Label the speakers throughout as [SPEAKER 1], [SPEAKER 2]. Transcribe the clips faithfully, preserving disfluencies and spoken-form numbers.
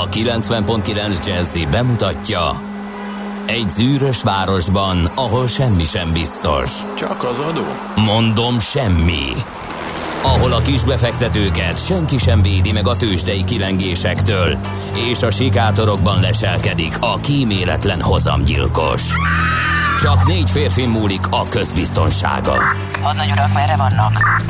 [SPEAKER 1] A kilencven pont kilenc Jazzy bemutatja: egy zűrös városban, ahol semmi sem biztos.
[SPEAKER 2] Csak az adó?
[SPEAKER 1] Mondom, semmi. Ahol a kisbefektetőket senki sem védi meg a tőzsdei kilengésektől, és a sikátorokban leselkedik a kíméletlen hozamgyilkos. Csak négy férfi múlik a közbiztonsága.
[SPEAKER 3] Hadnagy urak, merre vannak?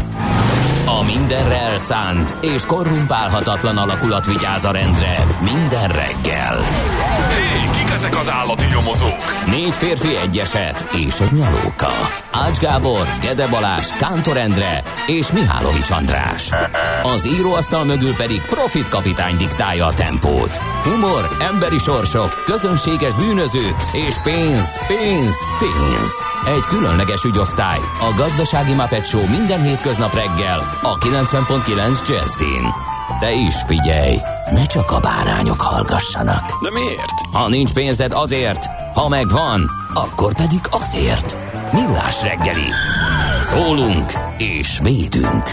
[SPEAKER 1] A mindenre elszánt és korrumpálhatatlan alakulat vigyáz a rendre minden reggel.
[SPEAKER 2] Hé, kik ezek az állati nyomozók?
[SPEAKER 1] Négy férfi, egy eset és egy nyalóka. Ács Gábor, Gede Balázs, Kántor Endre és Mihálovics András. Az íróasztal mögül pedig Profit kapitány diktálja a tempót. Humor, emberi sorsok, közönséges bűnözők és pénz, pénz, pénz. Egy különleges ügyosztály, a Gazdasági Muppet Show minden hétköznap reggel a kilencven pont kilenc Jazzyn. De is figyelj, ne csak a bárányok hallgassanak.
[SPEAKER 2] De miért?
[SPEAKER 1] Ha nincs pénzed, azért, ha megvan, akkor pedig azért. Millás reggeli. Szólunk és védünk.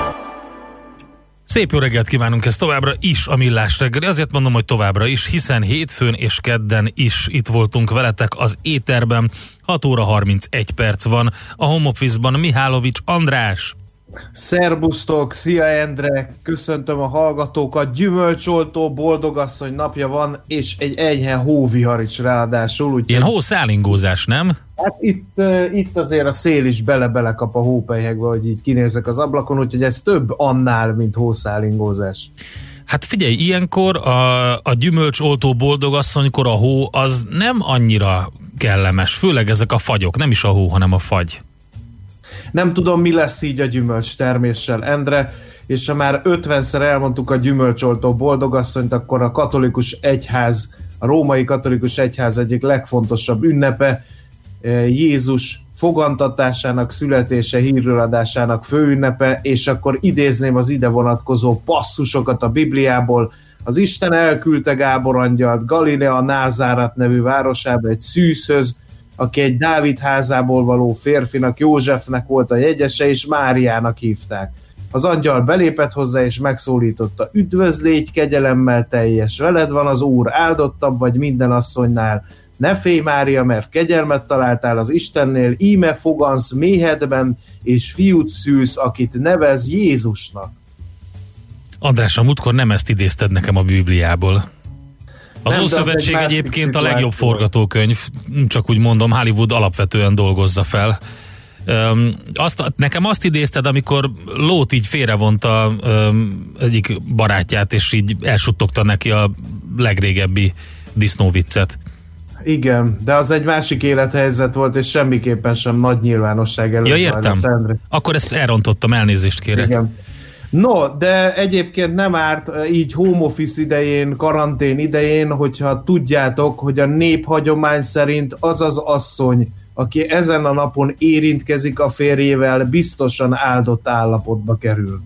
[SPEAKER 4] Szép jó reggelt kívánunk, ez továbbra is a Millás reggeli. Azért mondom, hogy továbbra is, hiszen hétfőn és kedden is itt voltunk veletek az éterben. hat óra harmincegy perc van. A home office-ban Mihálovics András.
[SPEAKER 5] Szerbusztok, szia Endre, köszöntöm a hallgatókat, gyümölcsoltó boldogasszony napja van, és egy enyhe hóvihar is ráadásul. Úgy
[SPEAKER 4] ilyen hószálingózás, nem?
[SPEAKER 5] Hát itt, uh, itt azért a szél is bele-bele kap a hópelyhekbe, hogy így kinézek az ablakon, úgyhogy ez több annál, mint hószálingózás.
[SPEAKER 4] Hát figyelj, ilyenkor a, a gyümölcsoltó boldogasszonykor a hó az nem annyira kellemes, főleg ezek a fagyok, nem is a hó, hanem a fagy. Nem
[SPEAKER 5] tudom, mi lesz így a gyümölcs terméssel, Endre, és ha már ötvenszer elmondtuk a gyümölcsoltó boldogasszonyt, akkor a katolikus egyház, a római katolikus egyház egyik legfontosabb ünnepe, Jézus fogantatásának, születése, hírüladásának főünnepe, és akkor idézném az ide vonatkozó passzusokat a Bibliából. Az Isten elküldte Gábor angyalt Galilea Názárat nevű városába egy szűzhöz, aki egy Dávid házából való férfinak, Józsefnek volt a jegyese, és Máriának hívták. Az angyal belépett hozzá, és megszólította: üdvözlégy, kegyelemmel teljes, veled van az Úr, áldottabb vagy minden asszonynál. Ne félj, Mária, mert kegyelmet találtál az Istennél, íme fogansz méhedben, és fiút szülsz, akit nevez Jézusnak.
[SPEAKER 4] András, a múltkor nem ezt idézted nekem a Bibliából. Az Ószövetség egyébként a legjobb forgatókönyv, csak úgy mondom, Hollywood alapvetően dolgozza fel. Um, azt, nekem azt idézted, amikor Lót így félrevonta um, egyik barátját, és így elsuttogta neki a legrégebbi disznóviccet.
[SPEAKER 5] Igen, de az egy másik élethelyzet volt, és semmiképpen sem nagy nyilvánosság előtt.
[SPEAKER 4] Ja, értem. Akkor ezt elrontottam, elnézést kérek. Igen.
[SPEAKER 5] No, de egyébként nem árt így home office idején, karantén idején, hogyha tudjátok, hogy a néphagyomány szerint az az asszony, aki ezen a napon érintkezik a férjével, biztosan áldott állapotba kerül.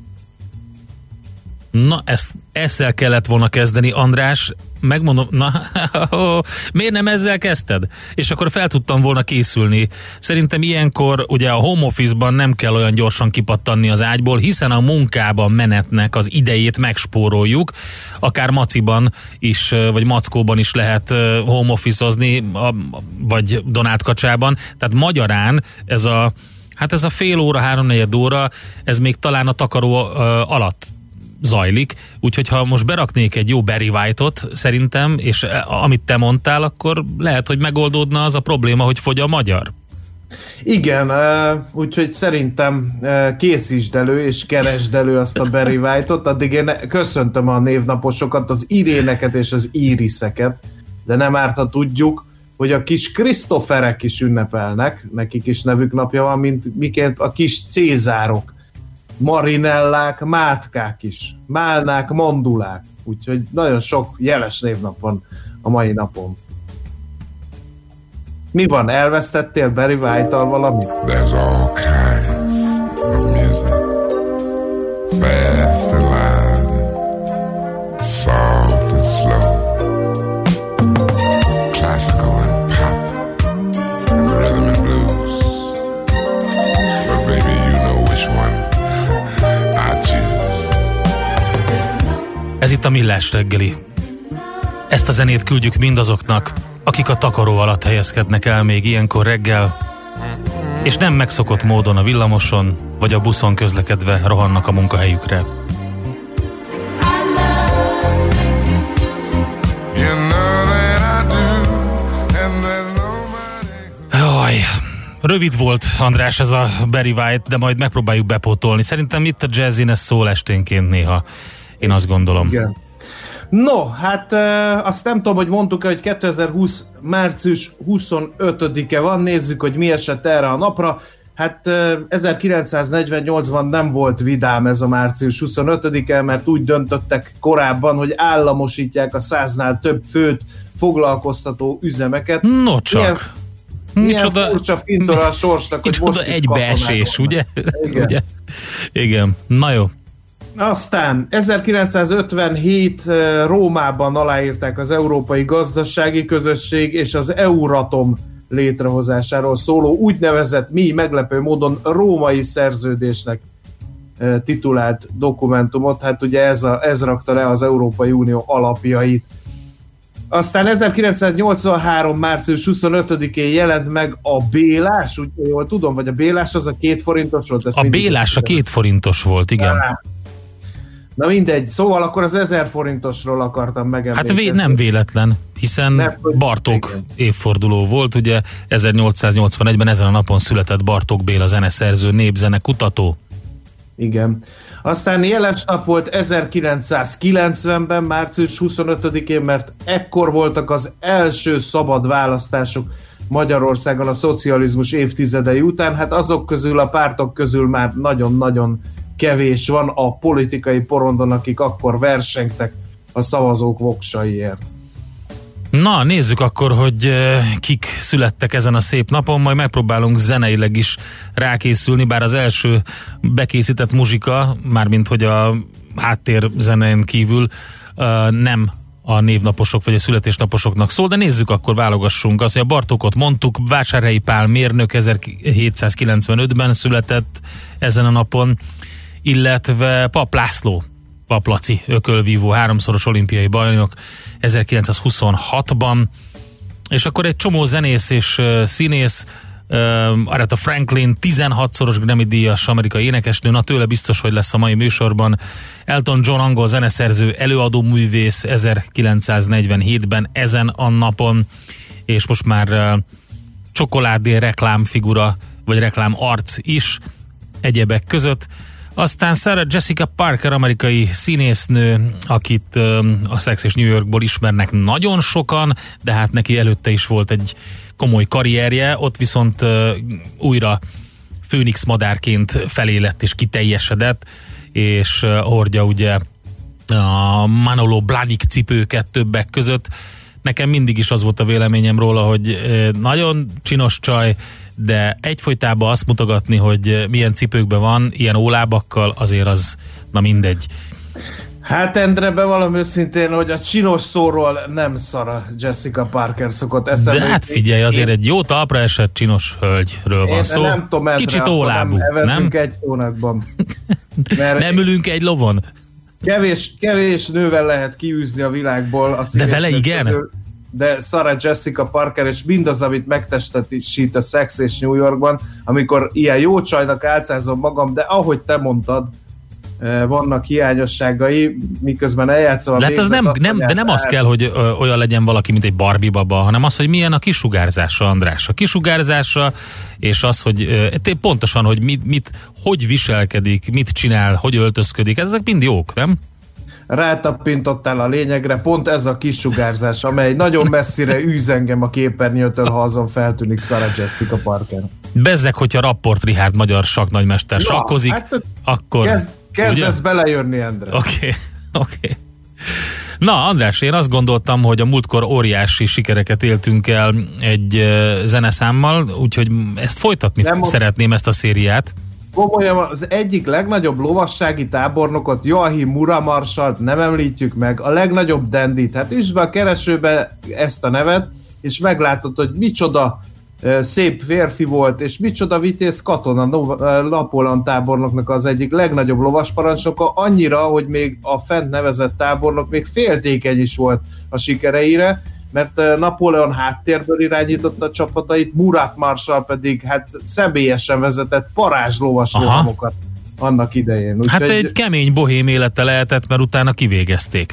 [SPEAKER 4] Na, ezt, ezzel kellett volna kezdeni, András. Megmondom, na, miért nem ezzel kezdted? És akkor fel tudtam volna készülni. Szerintem ilyenkor ugye a home office-ban nem kell olyan gyorsan kipattanni az ágyból, hiszen a munkában menetnek az idejét megspóroljuk. Akár maciban is, vagy mackóban is lehet home office-ozni, vagy donátkacsában. Tehát magyarán ez a, hát ez a fél óra, háromnegyed óra, ez még talán a takaró alatt zajlik, úgyhogy ha most beraknék egy jó Barry White-ot szerintem, és amit te mondtál, akkor lehet, hogy megoldódna az a probléma, hogy fogy a magyar.
[SPEAKER 5] Igen, úgyhogy szerintem készítsd elő és keresd elő azt a Barry White-ot, addig én köszöntöm a névnaposokat, az Iréneket és az Íriszeket, de nem árt, ha tudjuk, hogy a kis Krisztoferek is ünnepelnek, nekik is nevük napja van, mint miként a kis Cézárok, Marinellák, Mátkák is, Málnák, Mandulák, úgyhogy nagyon sok jeles névnap van a mai napon. Mi van, elvesztettél Barry White-tal valamit?
[SPEAKER 6] There's all kinds of music, fast and loud, soft and slow, classical and pop, and rhythm and blues, but baby, you know which one I choose.
[SPEAKER 4] Ez itt a Millás reggeli. Ezt a zenét küldjük mindazoknak, akik a takaró alatt helyezkednek el még ilyenkor reggel, és nem megszokott módon a villamoson vagy a buszon közlekedve rohannak a munkahelyükre. Jaj, rövid volt, András, ez a Barry White, de majd megpróbáljuk bepótolni. Szerintem itt a Jazzin ez szól esténként néha, én azt gondolom.
[SPEAKER 5] Igen. No, hát e, azt nem tudom, hogy mondtuk-e, hogy kétezer-húsz március huszonötödike van, nézzük, hogy mi esett erre a napra. Hát e, ezerkilencszáznegyvennyolcban nem volt vidám ez a március huszonötödike, mert úgy döntöttek korábban, hogy államosítják a száznál több főt foglalkoztató üzemeket.
[SPEAKER 4] No csak. Milyen,
[SPEAKER 5] milyen Micsoda, furcsa fintora a sorsnak, hogy most is
[SPEAKER 4] egybeesés, ugye?
[SPEAKER 5] Igen.
[SPEAKER 4] ugye? Igen, na jó.
[SPEAKER 5] Aztán ezerkilencszázötvenhét Rómában aláírták az Európai Gazdasági Közösség és az Euratom létrehozásáról szóló úgynevezett, mi meglepő módon római szerződésnek titulált dokumentumot. Hát ugye ez, a, ez rakta le az Európai Unió alapjait. Aztán ezerkilencszáznyolcvanhárom március huszonötödikén jelent meg a Bélás, úgy jól tudom, vagy a Bélás az a két forintos volt?
[SPEAKER 4] A Bélás a két forintos volt, igen. Á.
[SPEAKER 5] Na mindegy, szóval akkor az ezer forintosról akartam megemlékezni.
[SPEAKER 4] Hát vé- nem véletlen, hiszen nem, Bartók igen. évforduló volt, ugye ezernyolcszáznyolcvanegyben ezen a napon született Bartók Béla zeneszerző, népzene kutató.
[SPEAKER 5] Igen. Aztán jeles nap volt ezerkilencszázkilencvenben, március huszonötödikén, mert ekkor voltak az első szabad választások Magyarországon a szocializmus évtizedei után. Hát azok közül, a pártok közül már nagyon-nagyon kevés van a politikai porondon, akik akkor versengtek a szavazók voksaiért.
[SPEAKER 4] Na, nézzük akkor, hogy kik születtek ezen a szép napon, majd megpróbálunk zeneileg is rákészülni, bár az első bekészített muzsika, mármint hogy a háttér zenén kívül nem a névnaposok vagy a születésnaposoknak szól, de nézzük akkor, válogassunk. Azt, hogy a Bartókot mondtuk, Vásárhelyi Pál mérnök ezerhétszázkilencvenötben született ezen a napon, illetve Pap László, Pap Laci, ökölvívó, háromszoros olimpiai bajnok ezerkilencszázhuszonhatban, és akkor egy csomó zenész és uh, színész, uh, Aretha Franklin, tizenhatszoros Grammy-díjas amerikai énekesnő, na tőle biztos, hogy lesz a mai műsorban. Elton John, angol zeneszerző, előadó művész ezerkilencszáznegyvenhétben ezen a napon, és most már uh, csokoládé reklámfigura, vagy reklámarc is egyebek között. Aztán Sarah Jessica Parker, amerikai színésznő, akit uh, a Sex és New Yorkból ismernek nagyon sokan, de hát neki előtte is volt egy komoly karrierje, ott viszont uh, újra főnix madárként felélett és kiteljesedett, és uh, hordja ugye a Manolo Blahnik cipőket többek között. Nekem mindig is az volt a véleményem róla, hogy uh, nagyon csinos csaj, de egyfolytában azt mutogatni, hogy milyen cipőkben van, ilyen ólábakkal, azért az, na mindegy.
[SPEAKER 5] Hát Endre, bevallom őszintén, hogy a csinos szóról nem Sarah Jessica Parker szokott eszembe.
[SPEAKER 4] De hát figyelj, azért egy jó talpra esett csinos hölgyről van
[SPEAKER 5] én
[SPEAKER 4] szó.
[SPEAKER 5] Nem tudom, Endre,
[SPEAKER 4] kicsit ólábú,
[SPEAKER 5] nem?
[SPEAKER 4] Nem
[SPEAKER 5] egy tónakban.
[SPEAKER 4] Nem ülünk egy lovon?
[SPEAKER 5] Kevés, kevés nővel lehet kiűzni a világból. A
[SPEAKER 4] de vele igen?
[SPEAKER 5] Közül, de Sarah Jessica Parker, és mindaz, amit megtestesít a Sex és New Yorkban, amikor ilyen jó csajnak álcázom magam, de ahogy te mondtad, vannak hiányosságai, miközben eljátszom a
[SPEAKER 4] végzet. Nem, nem, de nem az kell, hogy ö, olyan legyen valaki, mint egy Barbie baba, hanem az, hogy milyen a kisugárzása, András. A kisugárzása, és az, hogy ö, pontosan, hogy mit, mit, hogy viselkedik, mit csinál, hogy öltözködik, ezek mind jók, nem?
[SPEAKER 5] Rátapintottál a lényegre, pont ez a kisugárzás, amely nagyon messzire űz engem a képernyőtől, ha azon feltűnik Sarah Jessica Parker.
[SPEAKER 4] Bezzeg, hogyha Rapport Richárd magyar sakknagymester ja, sakkozik, hát, akkor...
[SPEAKER 5] Kezd, kezdesz belejönni, Endre.
[SPEAKER 4] Oké, okay, oké. Okay. Na, András, én azt gondoltam, hogy a múltkor óriási sikereket éltünk el egy uh, zeneszámmal, úgyhogy ezt folytatni Nem szeretném, ezt a szériát.
[SPEAKER 5] Komolyan, az egyik legnagyobb lovassági tábornokot, Joachim Murat-Marsalt nem említjük meg, a legnagyobb dandit. Hát üsd be a keresőbe ezt a nevet, és meglátod, hogy micsoda szép férfi volt, és micsoda vitéz katona, Napóleon tábornoknak az egyik legnagyobb lovasparancsnoka, annyira, hogy még a fent nevezett tábornok még féltékeny is volt a sikereire, mert Napóleon háttérből irányította a csapatait, Murat Marshall pedig hát személyesen vezetett parázslovas rohamokat annak idején. Úgy
[SPEAKER 4] hát
[SPEAKER 5] egy,
[SPEAKER 4] egy kemény bohém élete lehetett, mert utána kivégezték.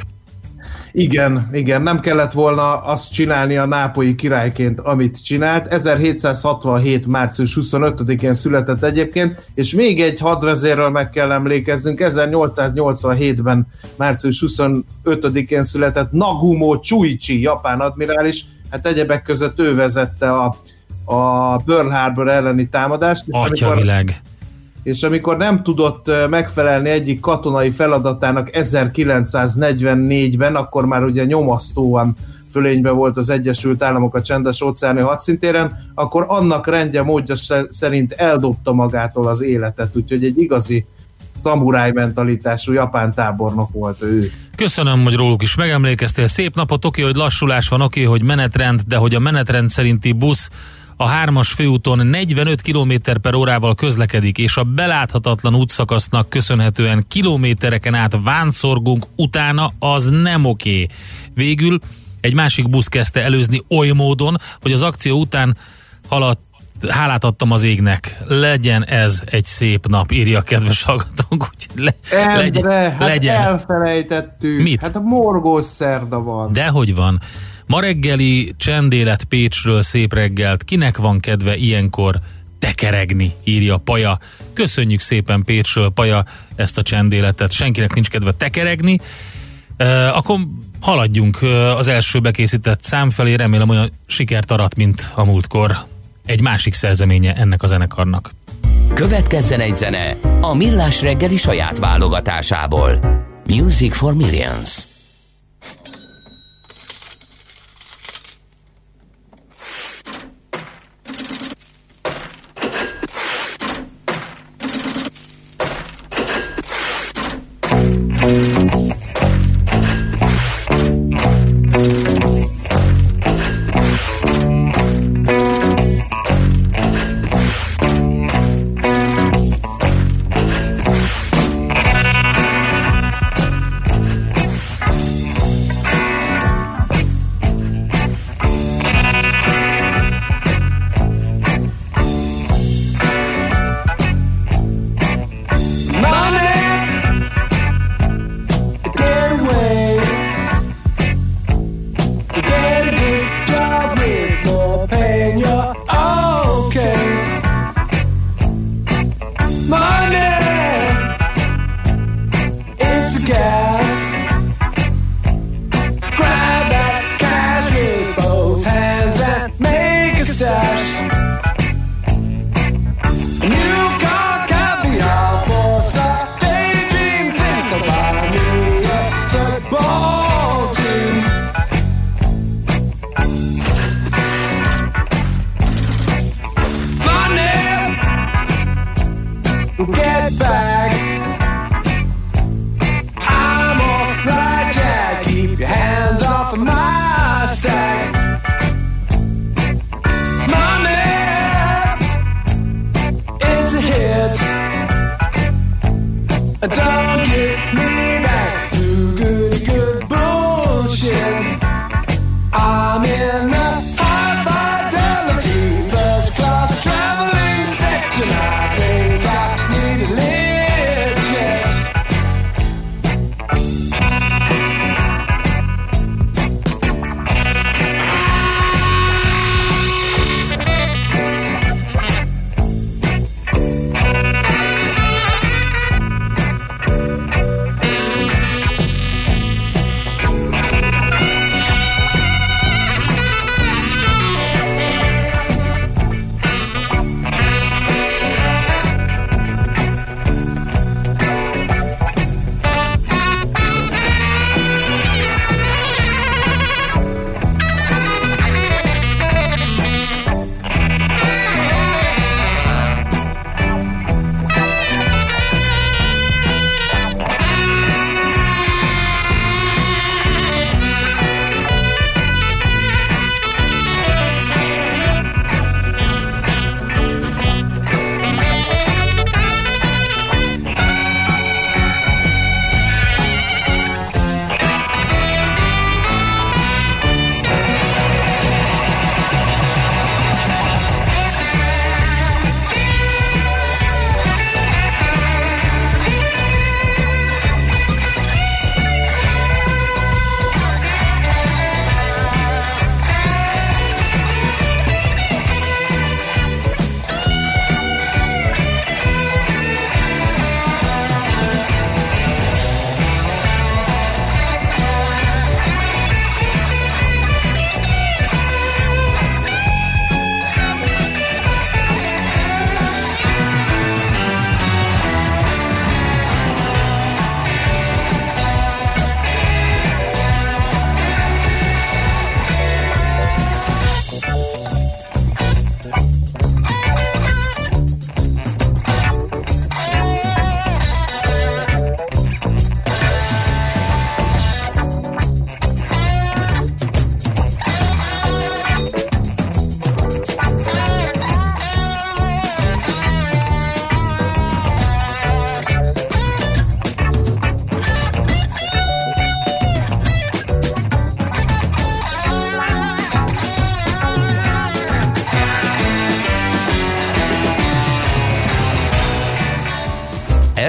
[SPEAKER 5] Igen, igen, nem kellett volna azt csinálni a nápolyi királyként, amit csinált. ezerhétszázhatvanhét. március huszonötödikén született egyébként, és még egy hadvezérről meg kell emlékeznünk, ezernyolcszáznyolcvanhétben. március huszonötödikén született Nagumo Chuichi, japán admirális, hát egyebek között ő vezette a, a Pearl Harbor elleni támadást.
[SPEAKER 4] Atyavilág.
[SPEAKER 5] És amikor nem tudott megfelelni egyik katonai feladatának ezerkilencszáznegyvennégyben, akkor már ugye nyomasztóan fölényben volt az Egyesült Államok a csendes-óceáni hadszintéren, akkor annak rendje módja szerint eldobta magától az életet, úgyhogy egy igazi szamuráj mentalitású japán tábornok volt ő.
[SPEAKER 4] Köszönöm, hogy róluk is megemlékeztél. Szép napot, oké, hogy lassulás van, oké, hogy menetrend, de hogy a menetrend szerinti busz a hármas főúton negyvenöt kilométer per órával közlekedik, és a beláthatatlan útszakasznak köszönhetően kilométereken át vánszorgunk utána, az nem oké. Végül egy másik busz kezdte előzni oly módon, hogy az akció után haladt, hálát adtam az égnek. Legyen ez egy szép nap, írja a kedves hallgatónk. Le,
[SPEAKER 5] Endre,
[SPEAKER 4] legyen,
[SPEAKER 5] hát
[SPEAKER 4] legyen.
[SPEAKER 5] elfelejtettük.
[SPEAKER 4] Mit?
[SPEAKER 5] Hát a morgós szerda van.
[SPEAKER 4] Dehogy van. Ma reggeli csendélet Pécsről, szép reggelt. Kinek van kedve ilyenkor tekeregni, írja Paja. Köszönjük szépen Pécsről, Paja, ezt a csendéletet. Senkinek nincs kedve tekeregni. Uh, akkor haladjunk uh, az első bekészített szám felé. Remélem olyan sikert arat, mint a múltkor. Egy másik szerzeménye ennek a zenekarnak.
[SPEAKER 1] Következzen egy zene a Millás reggeli saját válogatásából. Music for Millions.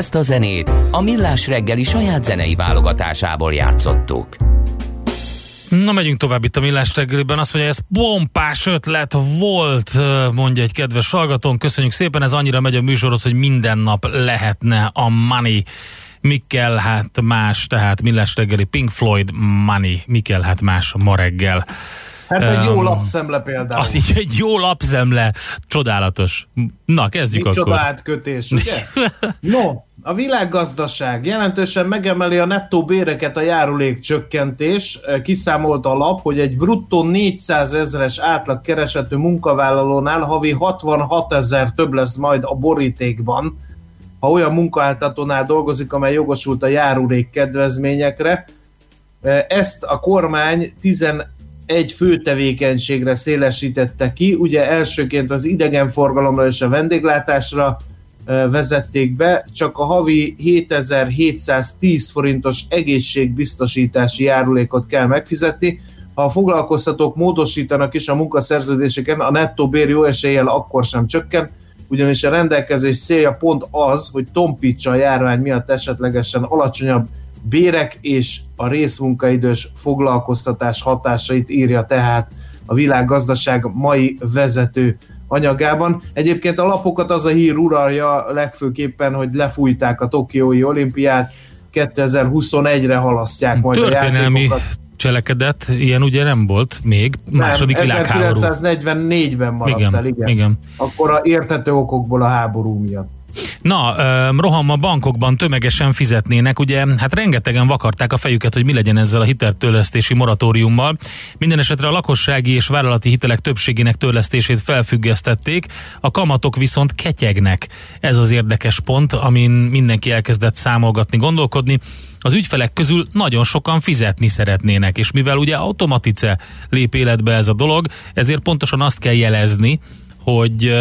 [SPEAKER 1] Ezt a zenét a Millás reggeli saját zenei válogatásából játszottuk.
[SPEAKER 4] Na, megyünk tovább itt a Millás reggeliben. Azt mondja, ez pompás ötlet volt, mondja egy kedves hallgatón. Köszönjük szépen, ez annyira megy a műsorhoz, hogy minden nap lehetne a Money. Mi kell hát más, tehát Millás reggeli Pink Floyd Money. Mi kell hát más ma reggel.
[SPEAKER 5] Hát egy jó um, lapszemle például.
[SPEAKER 4] Az így egy jó lapszemle. Csodálatos. Na, kezdjük
[SPEAKER 5] Micsoda
[SPEAKER 4] akkor.
[SPEAKER 5] Micsoda átkötés, ugye? No, a világgazdaság jelentősen megemeli a nettó béreket a járulékcsökkentés. Kiszámolta a lap, hogy egy bruttó négyszázezres átlagkeresetű munkavállalónál havi hatvanhatezer több lesz majd a borítékban, ha olyan munkáltatónál dolgozik, amely jogosult a járulék kedvezményekre. Ezt a kormány tizenegy fő tevékenységre szélesítette ki. Ugye elsőként az idegenforgalomra és a vendéglátásra vezették be, csak a havi hétezer-hétszáztíz forintos egészségbiztosítási járulékot kell megfizetni. Ha a foglalkoztatók módosítanak is a munkaszerződéseken, a nettó bér jó eséllyel akkor sem csökken, ugyanis a rendelkezés célja pont az, hogy tompítsa a járvány miatt esetlegesen alacsonyabb bérek és a részmunkaidős foglalkoztatás hatásait, írja tehát a világgazdaság mai vezető anyagában. Egyébként a lapokat az a hír uralja legfőképpen, hogy lefújták a tokiói olimpiát, kétezer-huszonegyre halasztják majd
[SPEAKER 4] történelmi
[SPEAKER 5] a játékokat.
[SPEAKER 4] Cselekedet, ilyen ugye nem volt még, nem, második világháború.
[SPEAKER 5] ezerkilencszáznegyvennégyben maradt
[SPEAKER 4] igen,
[SPEAKER 5] el, igen.
[SPEAKER 4] igen.
[SPEAKER 5] Akkor a érthető okokból a háború miatt.
[SPEAKER 4] Na, roham a bankokban tömegesen fizetnének, ugye, hát rengetegen vakarták a fejüket, hogy mi legyen ezzel a hiteltörlesztési moratóriummal. Minden esetre a lakossági és vállalati hitelek többségének törlesztését felfüggesztették, a kamatok viszont ketyegnek. Ez az érdekes pont, amin mindenki elkezdett számolgatni, gondolkodni. Az ügyfelek közül nagyon sokan fizetni szeretnének, és mivel ugye automatice lép életbe ez a dolog, ezért pontosan azt kell jelezni, hogy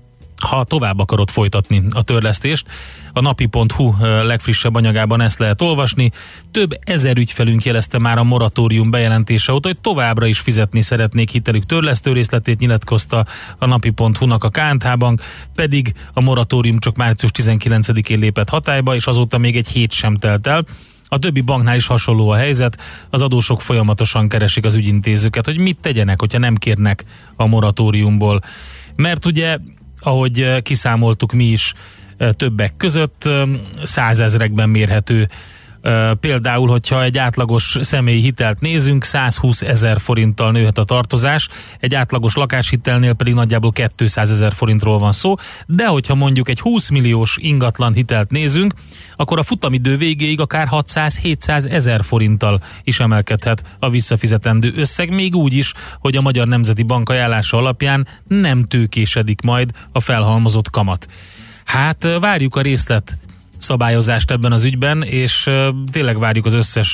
[SPEAKER 4] ha tovább akarod folytatni a törlesztést. A napi pont hu legfrissebb anyagában ezt lehet olvasni. Több ezer ügyfelünk jelezte már a moratórium bejelentése óta, hogy továbbra is fizetni szeretnék hitelük törlesztő részletét, nyilatkozta a napi pont hu-nak a ká en té Bank, pedig a moratórium csak március tizenkilencedikén lépett hatályba, és azóta még egy hét sem telt el. A többi banknál is hasonló a helyzet, az adósok folyamatosan keresik az ügyintézőket, hogy mit tegyenek, hogyha nem kérnek a moratóriumból. Mert ugye ahogy kiszámoltuk mi is többek között, százezrekben mérhető. Például, hogyha egy átlagos személyi hitelt nézünk, százhúszezer forinttal nőhet a tartozás, egy átlagos lakáshitelnél pedig nagyjából kétszázezer forintról van szó, de hogyha mondjuk egy húsz milliós ingatlan hitelt nézünk, akkor a futamidő végéig akár hatszáz-hétszázezer forinttal is emelkedhet a visszafizetendő összeg, még úgy is, hogy a Magyar Nemzeti Bank ajánlása alapján nem tőkésedik majd a felhalmozott kamat. Hát várjuk a részlet szabályozást ebben az ügyben, és uh, tényleg várjuk az összes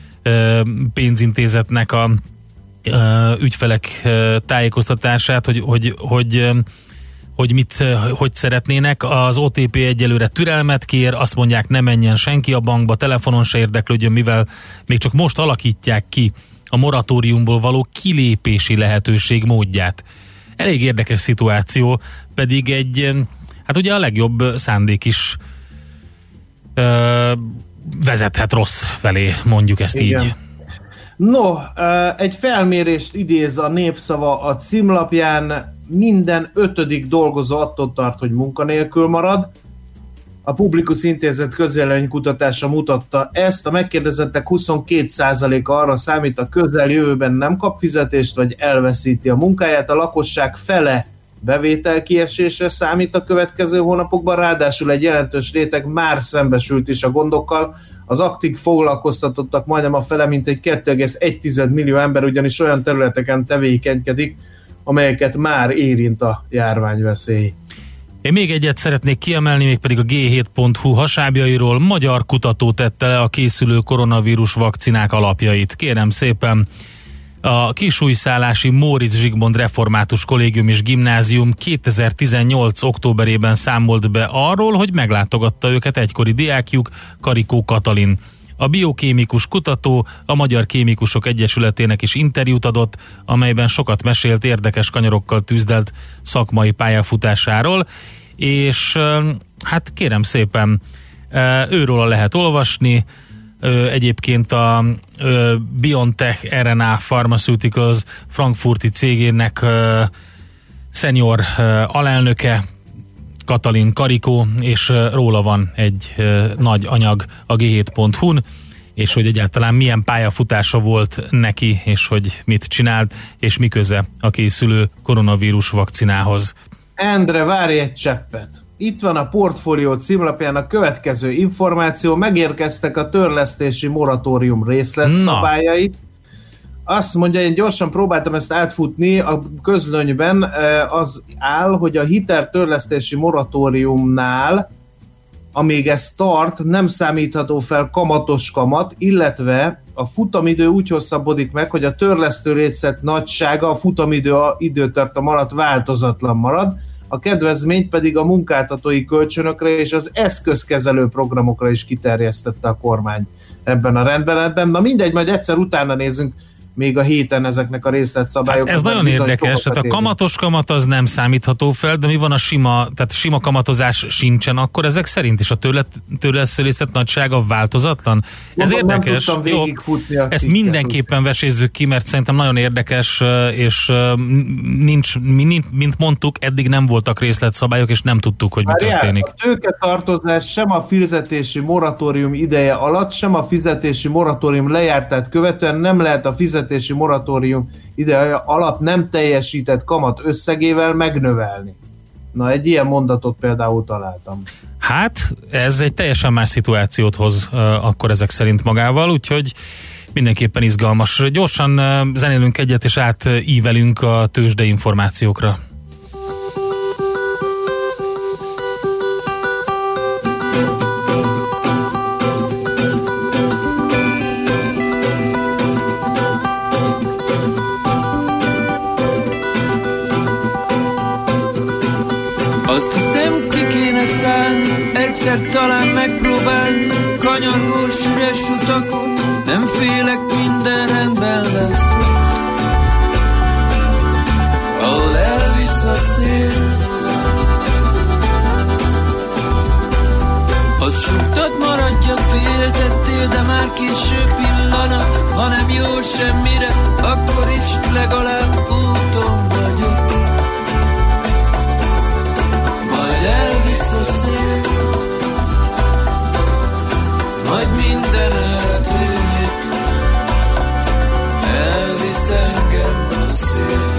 [SPEAKER 4] uh, pénzintézetnek a uh, ügyfelek uh, tájékoztatását, hogy, hogy, hogy, uh, hogy mit, uh, hogy szeretnének. Az o té pé egyelőre türelmet kér, azt mondják, ne menjen senki a bankba, telefonon se érdeklődjön, mivel még csak most alakítják ki a moratóriumból való kilépési lehetőség módját. Elég érdekes szituáció, pedig egy, hát ugye a legjobb szándék is vezethet rossz felé, mondjuk ezt igen. Így.
[SPEAKER 5] No, egy felmérést idéz a Népszava a címlapján, minden ötödik dolgozó attól tart, hogy munkanélkül marad. A Publikus Intézet közvéleménykutatása mutatta ezt, a megkérdezettek huszonkét százaléka arra számít, a közeljövőben nem kap fizetést, vagy elveszíti a munkáját, a lakosság fele bevételkiesésre számít a következő hónapokban, ráadásul egy jelentős réteg már szembesült is a gondokkal. Az aktív foglalkoztatottak majdnem a fele, mint egy két egész egy millió ember, ugyanis olyan területeken tevékenykedik, amelyeket már érint a járványveszély.
[SPEAKER 4] Én még egyet szeretnék kiemelni, mégpedig a gé hét pont hu hasábjairól. Magyar kutató tette le a készülő koronavírus vakcinák alapjait. Kérem szépen, a Kisújszállási Móricz Zsigmond Református Kollégium és Gimnázium kétezer-tizennyolc októberében számolt be arról, hogy meglátogatta őket egykori diákjuk, Karikó Katalin. A biokémikus kutató a Magyar Kémikusok Egyesületének is interjút adott, amelyben sokat mesélt érdekes kanyarokkal tűzdelt szakmai pályafutásáról, és hát kérem szépen, Őróla lehet olvasni, egyébként a BioNTech er en á Pharmaceuticals frankfurti cégének senior alelnöke Katalin Karikó, és róla van egy nagy anyag a gé hét pont hu-n, és hogy egyáltalán milyen pályafutása volt neki, és hogy mit csinált, és mi köze a készülő koronavírus vakcinához.
[SPEAKER 5] Endre, várj egy cseppet! Itt van a Portfólió címlapján a következő információ, megérkeztek a törlesztési moratórium részletszabályai. Azt mondja, én gyorsan próbáltam ezt átfutni, a közlönyben az áll, hogy a hiteltörlesztési moratóriumnál, amíg ez tart, nem számítható fel kamatos kamat, illetve a futamidő úgy hosszabbodik meg, hogy a törlesztő részlet nagysága a futamidő időtartam alatt változatlan marad, a kedvezményt pedig a munkáltatói kölcsönökre és az eszközkezelő programokra is kiterjesztette a kormány ebben a rendeletben. Na mindegy, majd egyszer utána nézzünk még a héten ezeknek a részletszabályoknak.
[SPEAKER 4] Hát ez nagyon érdekes, tehát a kamatos kamat az nem számítható fel, de mi van a sima, tehát sima kamatozás sincsen, akkor ezek szerint is a törlesztő részlet nagysága változatlan? Ez
[SPEAKER 5] Mondom,
[SPEAKER 4] érdekes.
[SPEAKER 5] Nem
[SPEAKER 4] Jó, ezt mindenképpen vesézzük ki, mert szerintem nagyon érdekes, és nincs, mint mondtuk, eddig nem voltak részletszabályok, és nem tudtuk, hogy mi
[SPEAKER 5] Már
[SPEAKER 4] történik.
[SPEAKER 5] A tőketartozás sem a fizetési moratórium ideje alatt, sem a fizetési moratórium lejártát követően nem lehet a fizetési moratórium ideje alatt nem teljesített kamat összegével megnövelni. Na, egy ilyen mondatot például találtam.
[SPEAKER 4] Hát, ez egy teljesen más szituációt hoz uh, akkor ezek szerint magával, úgyhogy mindenképpen izgalmas. Gyorsan uh, zenélünk egyet, és átívelünk a tőzsde információkra.
[SPEAKER 7] Talán megpróbálni kanyargós üres utakon, nem félek, minden rendben lesz ott, ahol elvisz a szél. Az suktad, maradjak, féltettél, de már késő pillanat, ha nem jó semmire, akkor is legalább úton vagyok, majd elvisz a szél. Majd minden eltűnik, elvisz engem a szél.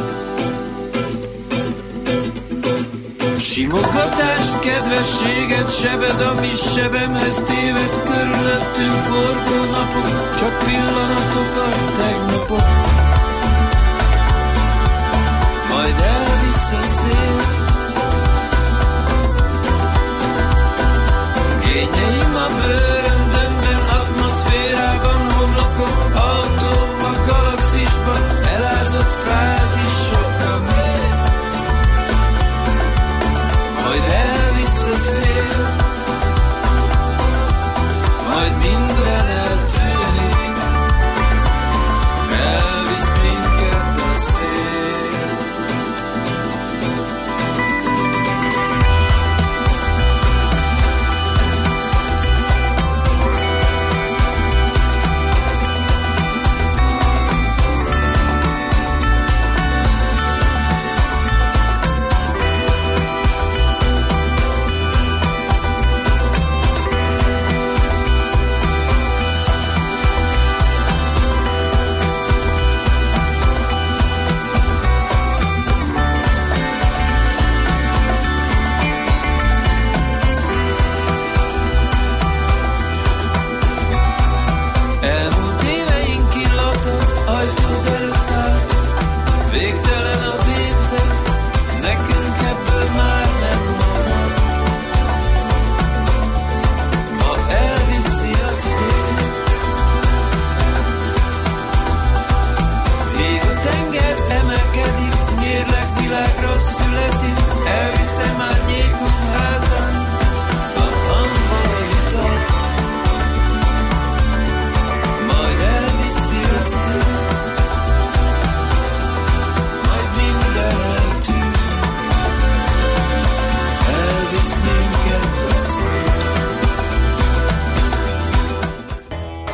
[SPEAKER 7] Simogatást, kedvességet, sebed, ami sebemhez téved, körülöttünk forgó napok, csak pillanatokat, tegnapok. Majd elvisz a szél. Kényeim a bőröndömben, atmoszférában, homlokon, autóm a galaxisban, elázott frázisok, ami majd elvisz a szél, majd minden eltűnik,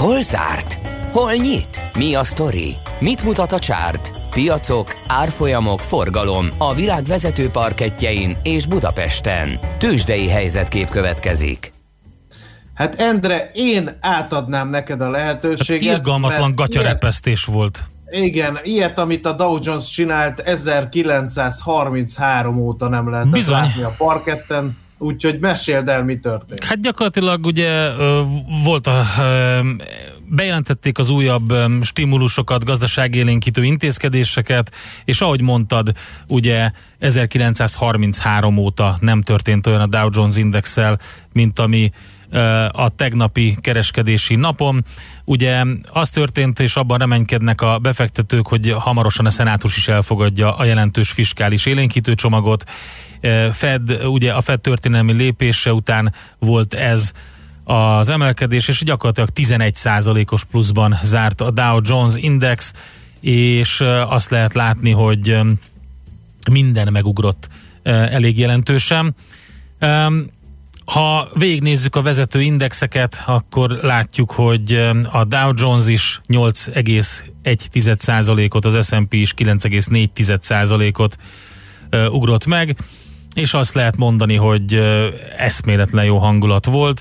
[SPEAKER 1] Hol zárt? Hol nyit? Mi a sztori? Mit mutat a csárt? Piacok, árfolyamok, forgalom a világ vezető parkettjein és Budapesten. Tőzsdei helyzetkép következik.
[SPEAKER 5] Hát Endre, én átadnám neked a lehetőséget.
[SPEAKER 4] Hát irgalmatlan gatyarepesztés volt.
[SPEAKER 5] Igen, ilyet, amit a Dow Jones csinált ezerkilencszázharminchárom óta nem lehet
[SPEAKER 4] Bizony.
[SPEAKER 5] látni a parketten, úgyhogy meséld el, mi történt.
[SPEAKER 4] Hát gyakorlatilag ugye volt a, bejelentették az újabb stimulusokat, gazdaságélénkítő intézkedéseket, és ahogy mondtad, ugye ezerkilencszázharminchárom óta nem történt olyan a Dow Jones Indexel, mint ami a tegnapi kereskedési napon. Ugye az történt, és abban reménykednek a befektetők, hogy hamarosan a szenátus is elfogadja a jelentős fiskális élénkítő csomagot. Fed, ugye a Fed történelmi lépése után volt ez az emelkedés, és gyakorlatilag tizenegy százalékos pluszban zárt a Dow Jones Index, és azt lehet látni, hogy minden megugrott elég jelentősen. Ha végignézzük a vezető indexeket, akkor látjuk, hogy a Dow Jones is nyolc egész egy százalékot, az es and pé is kilenc egész négy százalékot ugrott meg, és azt lehet mondani, hogy eszméletlen jó hangulat volt.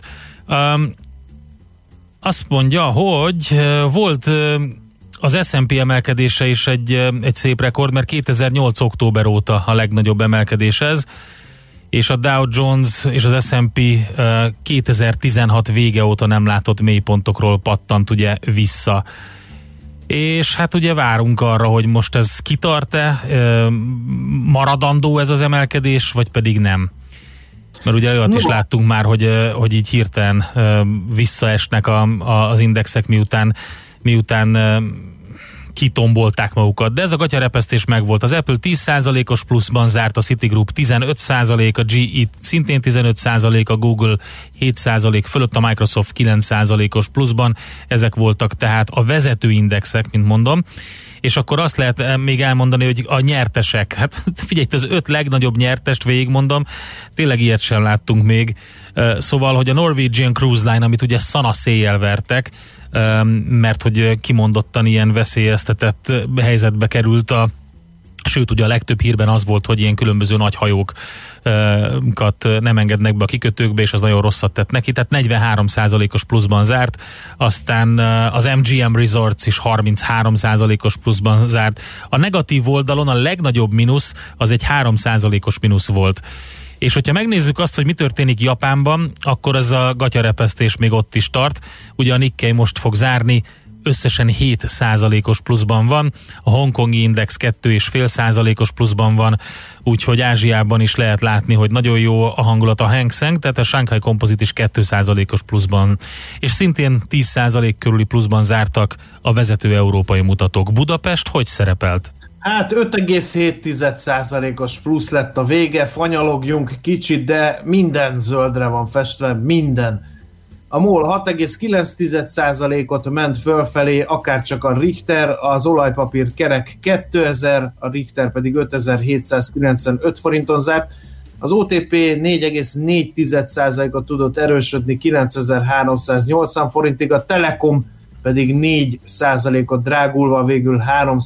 [SPEAKER 4] Azt mondja, hogy volt az es and pé emelkedése is egy, egy szép rekord, mert kétezer-nyolc október óta a legnagyobb emelkedés ez, és a Dow Jones és az es and pé kétezer-tizenhat vége óta nem látott mélypontokról pattant ugye vissza. És hát ugye várunk arra, hogy most ez kitart-e, maradandó ez az emelkedés, vagy pedig nem. Mert ugye olyat is láttunk már, hogy, hogy így hirtelen visszaesnek a, a, az indexek, miután, miután kitombolták magukat. De ez a gatyarepesztés megvolt. Az Apple tíz százalékos pluszban zárt, a Citigroup tizenöt százalék, a gé é szintén tizenöt százalék, a Google hét százalék fölött, a Microsoft kilenc százalékos pluszban. Ezek voltak tehát a vezető indexek, mint mondom. És akkor azt lehet még elmondani, hogy a nyertesek, hát figyelj, az öt legnagyobb nyertest végigmondom, tényleg ilyet sem láttunk még. Szóval, hogy a Norwegian Cruise Line, amit ugye szanaszéjjel vertek, mert hogy kimondottan ilyen veszélyeztetett helyzetbe került a sőt, ugye a legtöbb hírben az volt, hogy ilyen különböző nagy hajókat nem engednek be a kikötőkbe, és az nagyon rosszat tett neki, tehát negyvenhárom százalékos pluszban zárt, aztán az em gé em Resorts is harminchárom százalékos pluszban zárt. A negatív oldalon a legnagyobb mínusz az egy három százalékos mínusz volt. És hogyha megnézzük azt, hogy mi történik Japánban, akkor ez a gatyarepesztés még ott is tart. Ugye a Nikkei most fog zárni, összesen hét százalékos pluszban van, a hongkongi index kettő egész öt százalékos pluszban van, úgyhogy Ázsiában is lehet látni, hogy nagyon jó a hangulat a Hang Seng, tehát a Shanghai Composite is két százalékos pluszban, és szintén tíz százalék körüli pluszban zártak a vezető európai mutatók. Budapest hogy szerepelt?
[SPEAKER 5] Hát öt egész hét százalékos plusz lett a vége, fanyalogjunk kicsit, de minden zöldre van festve, minden. A MOL hat egész kilenc százalékot ment fölfelé, akárcsak a Richter, az olajpapír kerek kétezer, a Richter pedig ötezer-hétszázkilencvenöt forinton zárt. Az o té pé négy egész négy százalékot tudott erősödni kilencezer-háromszáznyolcvan forintig, a Telekom pedig négy százalékot drágulva végül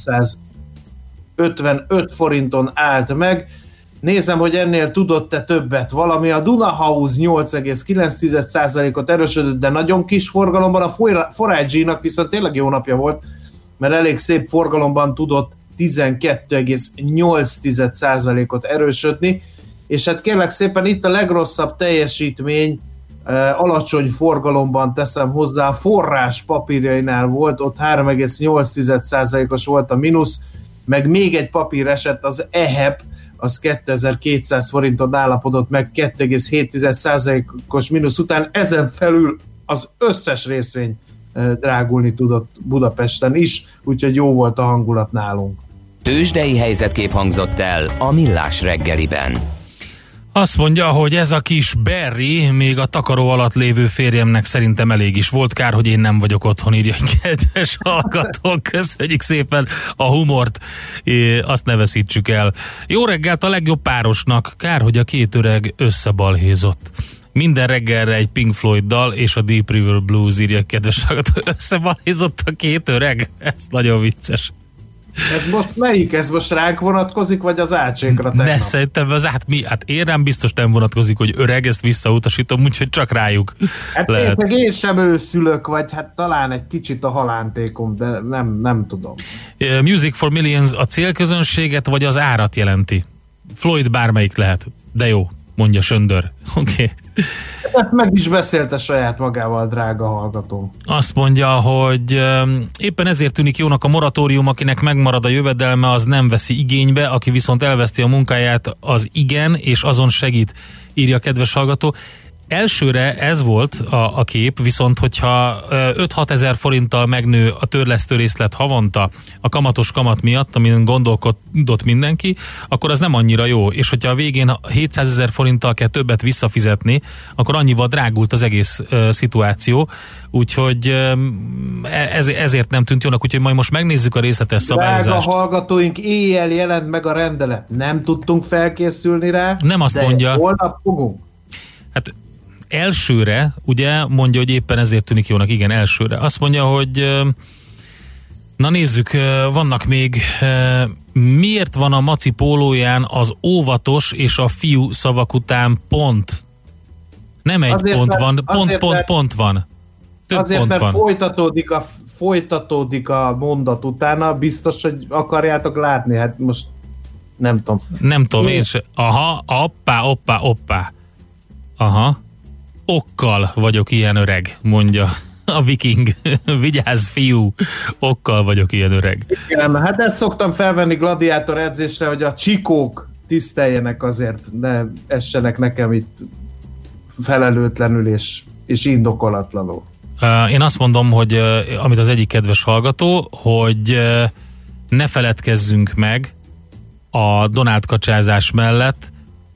[SPEAKER 5] háromszázötvenöt forinton állt meg. Nézem, hogy ennél tudott-e többet valami. A Dunahouse nyolc egész kilenc százalékot erősödött, de nagyon kis forgalomban. A Forage-nak viszont tényleg jó napja volt, mert elég szép forgalomban tudott tizenkét egész nyolc százalékot erősödni, és hát kérlek szépen itt a legrosszabb teljesítmény, eh, alacsony forgalomban teszem hozzá, a Forrás papírjainál volt, ott három egész nyolc százalékos volt a mínusz, meg még egy papír esett, az e há pé, az kétezer-kétszáz forinton állapodott meg két egész hét százalékos mínusz után, ezen felül az összes részvény drágulni tudott Budapesten is, úgyhogy jó volt a hangulat nálunk.
[SPEAKER 1] Tőzsdei helyzetkép hangzott el a Millás reggeliben.
[SPEAKER 4] Azt mondja, hogy ez a kis Barry még a takaró alatt lévő férjemnek szerintem elég is volt. Kár, hogy én nem vagyok otthon, írja egy kedves hallgató. Köszönjük szépen a humort, é, azt ne veszítsük el. Jó reggelt a legjobb párosnak. Kár, hogy a két öreg összebalhézott. Minden reggelre egy Pink Floyd dal és a Deep River Blues, írja kedves hallgató. Összebalézott a két öreg? Ez nagyon vicces.
[SPEAKER 5] Ez most melyik? Ez most ránk vonatkozik, vagy az ácsékra tegnap?
[SPEAKER 4] Ne, szerintem az át mi? Hát én rám biztos nem vonatkozik, hogy öreg, ezt visszautasítom, úgyhogy csak rájuk
[SPEAKER 5] hát
[SPEAKER 4] lehet.
[SPEAKER 5] Én, én sem őszülök, vagy hát talán egy kicsit a halántékom, de nem, nem tudom.
[SPEAKER 4] Uh, Music for Millions a célközönséget, vagy az árat jelenti? Floyd bármelyik lehet, de jó, mondja Söndör. Oké. Okay.
[SPEAKER 5] Ezt meg is beszélte saját magával, drága hallgató.
[SPEAKER 4] Azt mondja, hogy um, éppen ezért tűnik jónak a moratórium, akinek megmarad a jövedelme, az nem veszi igénybe, aki viszont elveszti a munkáját, az igen, és azon segít, írja a kedves hallgató. Elsőre ez volt a, a kép, viszont hogyha öt-hat ezer forinttal megnő a törlesztő részlet havonta a kamatos kamat miatt, amin gondolkodott mindenki, akkor az nem annyira jó, és hogyha a végén hétszázezer forinttal kell többet visszafizetni, akkor annyival drágult az egész uh, szituáció, úgyhogy uh, ez, ezért nem tűnt jónak, úgyhogy majd most megnézzük a részletes szabályozást.
[SPEAKER 5] Drága hallgatóink, éjjel jelent meg a rendelet, nem tudtunk felkészülni rá,
[SPEAKER 4] nem azt
[SPEAKER 5] de
[SPEAKER 4] mondja,
[SPEAKER 5] holnap fogunk.
[SPEAKER 4] Hát elsőre, ugye, mondja, hogy éppen ezért tűnik jónak, igen, elsőre. Azt mondja, hogy na nézzük, vannak még, miért van a Maci pólóján az óvatos és a fiú szavak után pont? Nem egy
[SPEAKER 5] azért,
[SPEAKER 4] pont
[SPEAKER 5] mert,
[SPEAKER 4] van, pont,
[SPEAKER 5] azért,
[SPEAKER 4] pont,
[SPEAKER 5] mert,
[SPEAKER 4] pont van. Több
[SPEAKER 5] azért,
[SPEAKER 4] pont
[SPEAKER 5] mert
[SPEAKER 4] van.
[SPEAKER 5] Folytatódik a, folytatódik a mondat utána, biztos, hogy akarjátok látni, hát most nem tudom.
[SPEAKER 4] Nem tudom,
[SPEAKER 5] én,
[SPEAKER 4] én se. Aha, oppá, oppá, oppá. Aha. Okkal vagyok ilyen öreg, mondja a viking. Vigyázz, fiú, okkal vagyok ilyen öreg.
[SPEAKER 5] Igen, hát ezt szoktam felvenni gladiátor edzésre, hogy a csikók tiszteljenek azért, ne essenek nekem itt felelőtlenül és, és indokolatlanul.
[SPEAKER 4] Uh, én azt mondom, hogy uh, amit az egyik kedves hallgató, hogy uh, ne feledkezzünk meg a Donald kacsázás mellett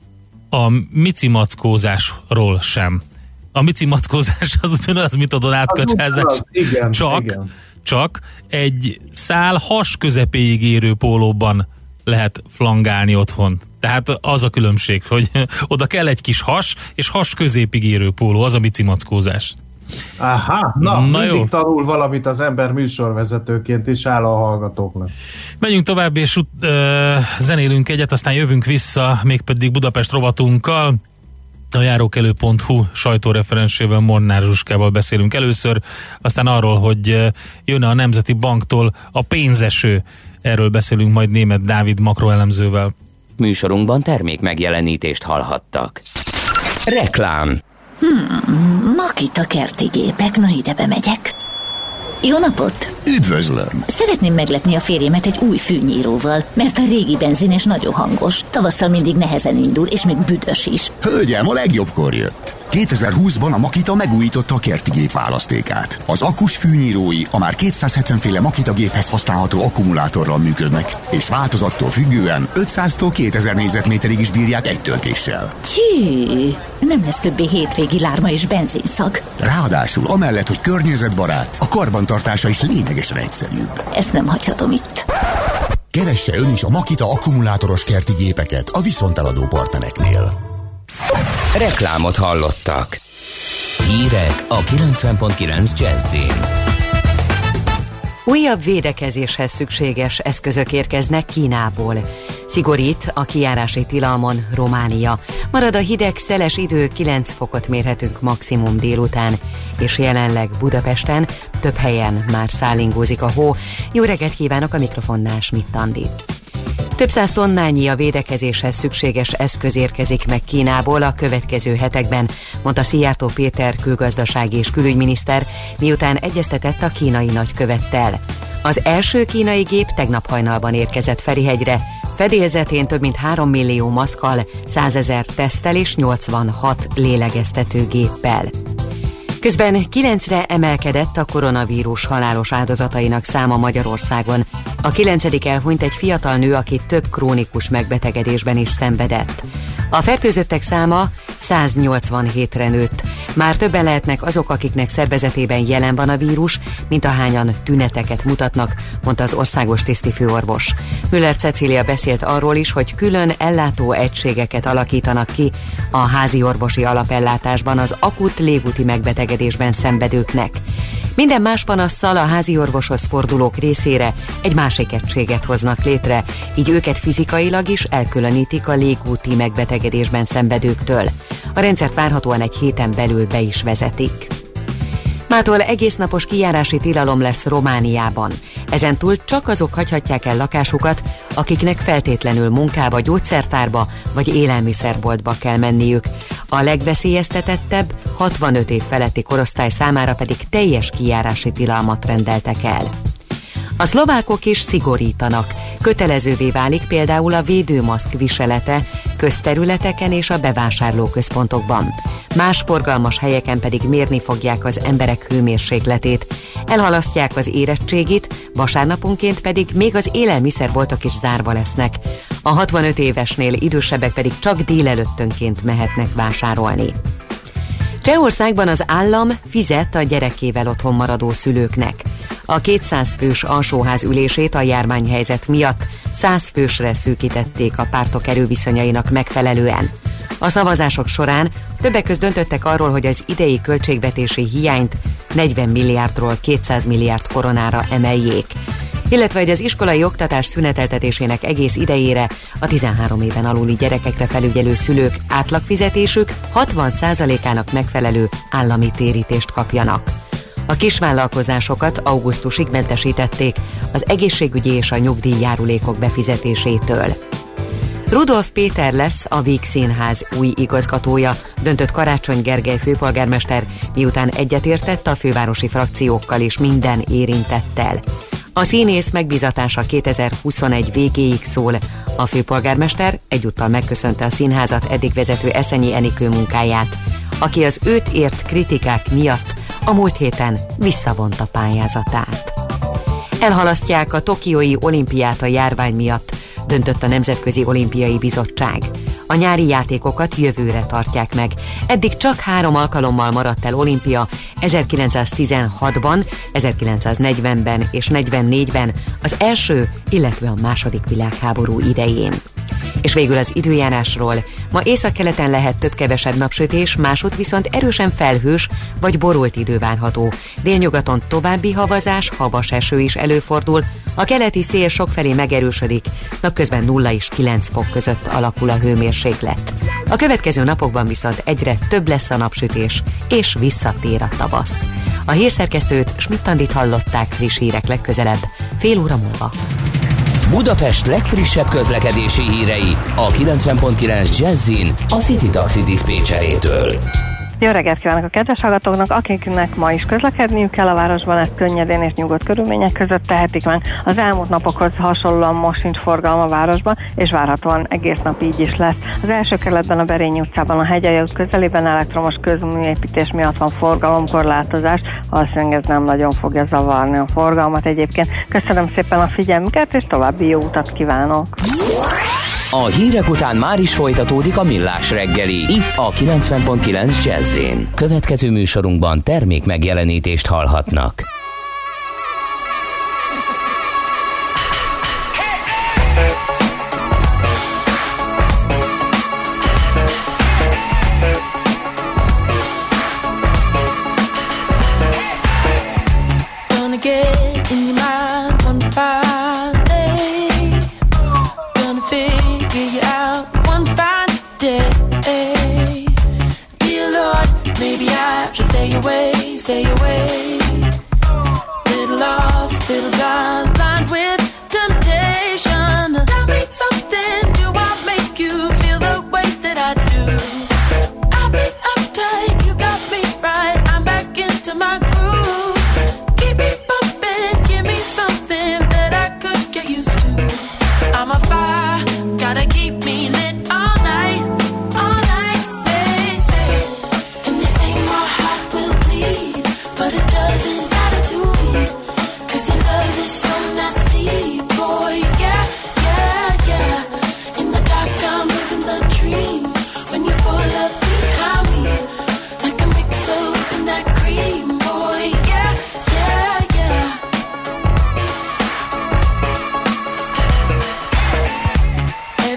[SPEAKER 4] a micimackózásról sem. A micimackózás az ugyanaz, mint a Donald az kacsázás. Az,
[SPEAKER 5] igen,
[SPEAKER 4] csak,
[SPEAKER 5] igen.
[SPEAKER 4] csak egy szál has közepéig érő pólóban lehet flangálni otthon. Tehát az a különbség, hogy oda kell egy kis has, és has középig érő póló, az a micimackózás.
[SPEAKER 5] Aha, na,
[SPEAKER 4] na
[SPEAKER 5] mindig
[SPEAKER 4] jó.
[SPEAKER 5] Tanul valamit az ember műsorvezetőként is, áll a hallgatóknak.
[SPEAKER 4] Megyünk tovább, és uh, zenélünk egyet, aztán jövünk vissza, mégpedig Budapest rovatunkkal. A járókelő pont hu sajtóreferensével, Molnár Zsuskával beszélünk először, aztán arról, hogy jön a Nemzeti Banktól a pénzeső. Erről beszélünk majd Németh Dávid makroelemzővel.
[SPEAKER 1] Műsorunkban termék megjelenítést hallhattak. Reklám.
[SPEAKER 8] Hmm, Makita kerti gépek, na ide bemegyek. Jó napot!
[SPEAKER 9] Üdvözlöm!
[SPEAKER 8] Szeretném meglepni a férjemet egy új fűnyíróval, mert a régi benzines nagyon hangos, tavasszal mindig nehezen indul, és még büdös is.
[SPEAKER 9] Hölgyem, a legjobbkor jött! kétezer-húszban a Makita megújította a kerti gép választékát. Az akkus fűnyírói a már kétszázhetven féle Makita géphez használható akkumulátorral működnek, és változattól függően ötszáztól kétezer négyzetméterig is bírják egy töltéssel.
[SPEAKER 8] Tyű, nem lesz többé hétvégi lárma és benzinszag.
[SPEAKER 9] Ráadásul amellett, hogy környezetbarát, a karbantartása is lényegesen egyszerűbb.
[SPEAKER 8] Ezt nem hagyhatom itt.
[SPEAKER 9] Keresse ön is a Makita akkumulátoros kerti gépeket a viszonteladó partnereknél.
[SPEAKER 1] Reklámot hallottak. Hírek a kilencven pont kilenc Jazzin.
[SPEAKER 10] Újabb védekezéshez szükséges eszközök érkeznek Kínából. Szigorít a kijárási tilalmon Románia. Marad a hideg, szeles idő, kilenc fokot mérhetünk maximum délután, és jelenleg Budapesten több helyen már szállingózik a hó. Jó reggelt kívánok, a mikrofonnál Schmidt Andi. Több száz tonnányi a védekezéshez szükséges eszköz érkezik meg Kínából a következő hetekben, mondta Szijjártó Péter külgazdasági és külügyminiszter, miután egyeztetett a kínai nagykövettel. Az első kínai gép tegnap hajnalban érkezett Ferihegyre, fedélzetén több mint három millió maszkkal, százezer teszttel és nyolcvanhat lélegeztetőgéppel. Közben kilencre emelkedett a koronavírus halálos áldozatainak száma Magyarországon. A kilencedik elhunyt egy fiatal nő, aki több krónikus megbetegedésben is szenvedett. A fertőzöttek száma száznyolcvanhétre nőtt. Már többen lehetnek azok, akiknek szervezetében jelen van a vírus, mint ahányan tüneteket mutatnak, mondta az országos tisztifőorvos. Müller Cecília beszélt arról is, hogy külön ellátó egységeket alakítanak ki a házi orvosi alapellátásban az akut légúti megbetegedésben szenvedőknek. Minden más panasszal a házi orvoshoz fordulók részére egy másik egységet hoznak létre, így őket fizikailag is elkülönítik a légúti megbetegedésben szenvedőktől. A rendszert várhatóan egy héten belül be is vezetik. Mától egésznapos kijárási tilalom lesz Romániában. Ezentúl csak azok hagyhatják el lakásukat, akiknek feltétlenül munkába, gyógyszertárba vagy élelmiszerboltba kell menniük. A legveszélyeztetettebb, hatvanöt év feletti korosztály számára pedig teljes kijárási tilalmat rendeltek el. A szlovákok is szigorítanak. Kötelezővé válik például a védőmaszk viselete közterületeken és a bevásárlóközpontokban. Más forgalmas helyeken pedig mérni fogják az emberek hőmérsékletét. Elhalasztják az érettségit, vasárnaponként pedig még az élelmiszerboltok is zárva lesznek. A hatvanöt évesnél idősebbek pedig csak délelőttönként mehetnek vásárolni. Csehországban az állam fizet a gyerekével otthon maradó szülőknek. A kétszáz fős alsóház ülését a járványhelyzet miatt száz fősre szűkítették a pártok erőviszonyainak megfelelően. A szavazások során többek közt döntöttek arról, hogy az idei költségvetési hiányt negyven milliárdról kétszáz milliárd koronára emeljék, illetve hogy az iskolai oktatás szüneteltetésének egész idejére a tizenhárom éven aluli gyerekekre felügyelő szülők átlagfizetésük hatvan százalékának megfelelő állami térítést kapjanak. A kisvállalkozásokat augusztusig mentesítették az egészségügyi és a nyugdíjjárulékok befizetésétől. Rudolf Péter lesz a Víg Színház új igazgatója, döntött Karácsony Gergely főpolgármester, miután egyetértett a fővárosi frakciókkal és minden érintettel. A színész megbízatása kétezer-huszonegy végéig szól. A főpolgármester egyúttal megköszönte a színházat eddig vezető Eszenyi Enikő munkáját, aki az őt ért kritikák miatt a múlt héten visszavonta pályázatát. Elhalasztják a tokiói olimpiát a járvány miatt, döntött a Nemzetközi Olimpiai Bizottság. A nyári játékokat jövőre tartják meg. Eddig csak három alkalommal maradt el olimpia, ezerkilencszáztizenhatban, ezerkilencszáznegyvenben és negyvennégyben, az első, illetve a második világháború idején. És végül az időjárásról. Ma északkeleten lehet több-kevesebb napsütés, másút viszont erősen felhős vagy borult idő várható. Délnyugaton további havazás, havas eső is előfordul, a keleti szél sokfelé megerősödik, napközben nulla és kilenc fok között alakul a hőmérséklet. A következő napokban viszont egyre több lesz a napsütés, és visszatér a tavasz. A hírszerkesztőt, Schmidt-Andit hallották, friss hírek legközelebb, fél óra múlva.
[SPEAKER 1] Budapest legfrissebb közlekedési hírei a kilencven pont kilenc Jazzin a City Taxi diszpécserétől.
[SPEAKER 11] Jó reggelt kívánok a kedves hallgatóknak, akiknek ma is közlekedniük kell a városban, ezt könnyedén és nyugodt körülmények között tehetik meg. Az elmúlt napokhoz hasonlóan most sincs forgalom a városban, és várhatóan egész nap így is lesz. Az első kerületben a Berényi utcában a Hegyalja út közelében elektromos közműépítés miatt van forgalomkorlátozás, valószínűleg ez nem nagyon fogja zavarni a forgalmat egyébként. Köszönöm szépen a figyelmüket, és további jó utat kívánok!
[SPEAKER 1] A hírek után már is folytatódik a Millás reggeli, itt a kilencven pont kilenc Jazz-én. Következő műsorunkban termék megjelenítést hallhatnak.
[SPEAKER 7] Stay away, stay away. Little lost, little blind, blind with temptation. Tell me something, do I make you feel the way that I do? I've been uptight, you got me right, I'm back into my groove. Keep me bumping.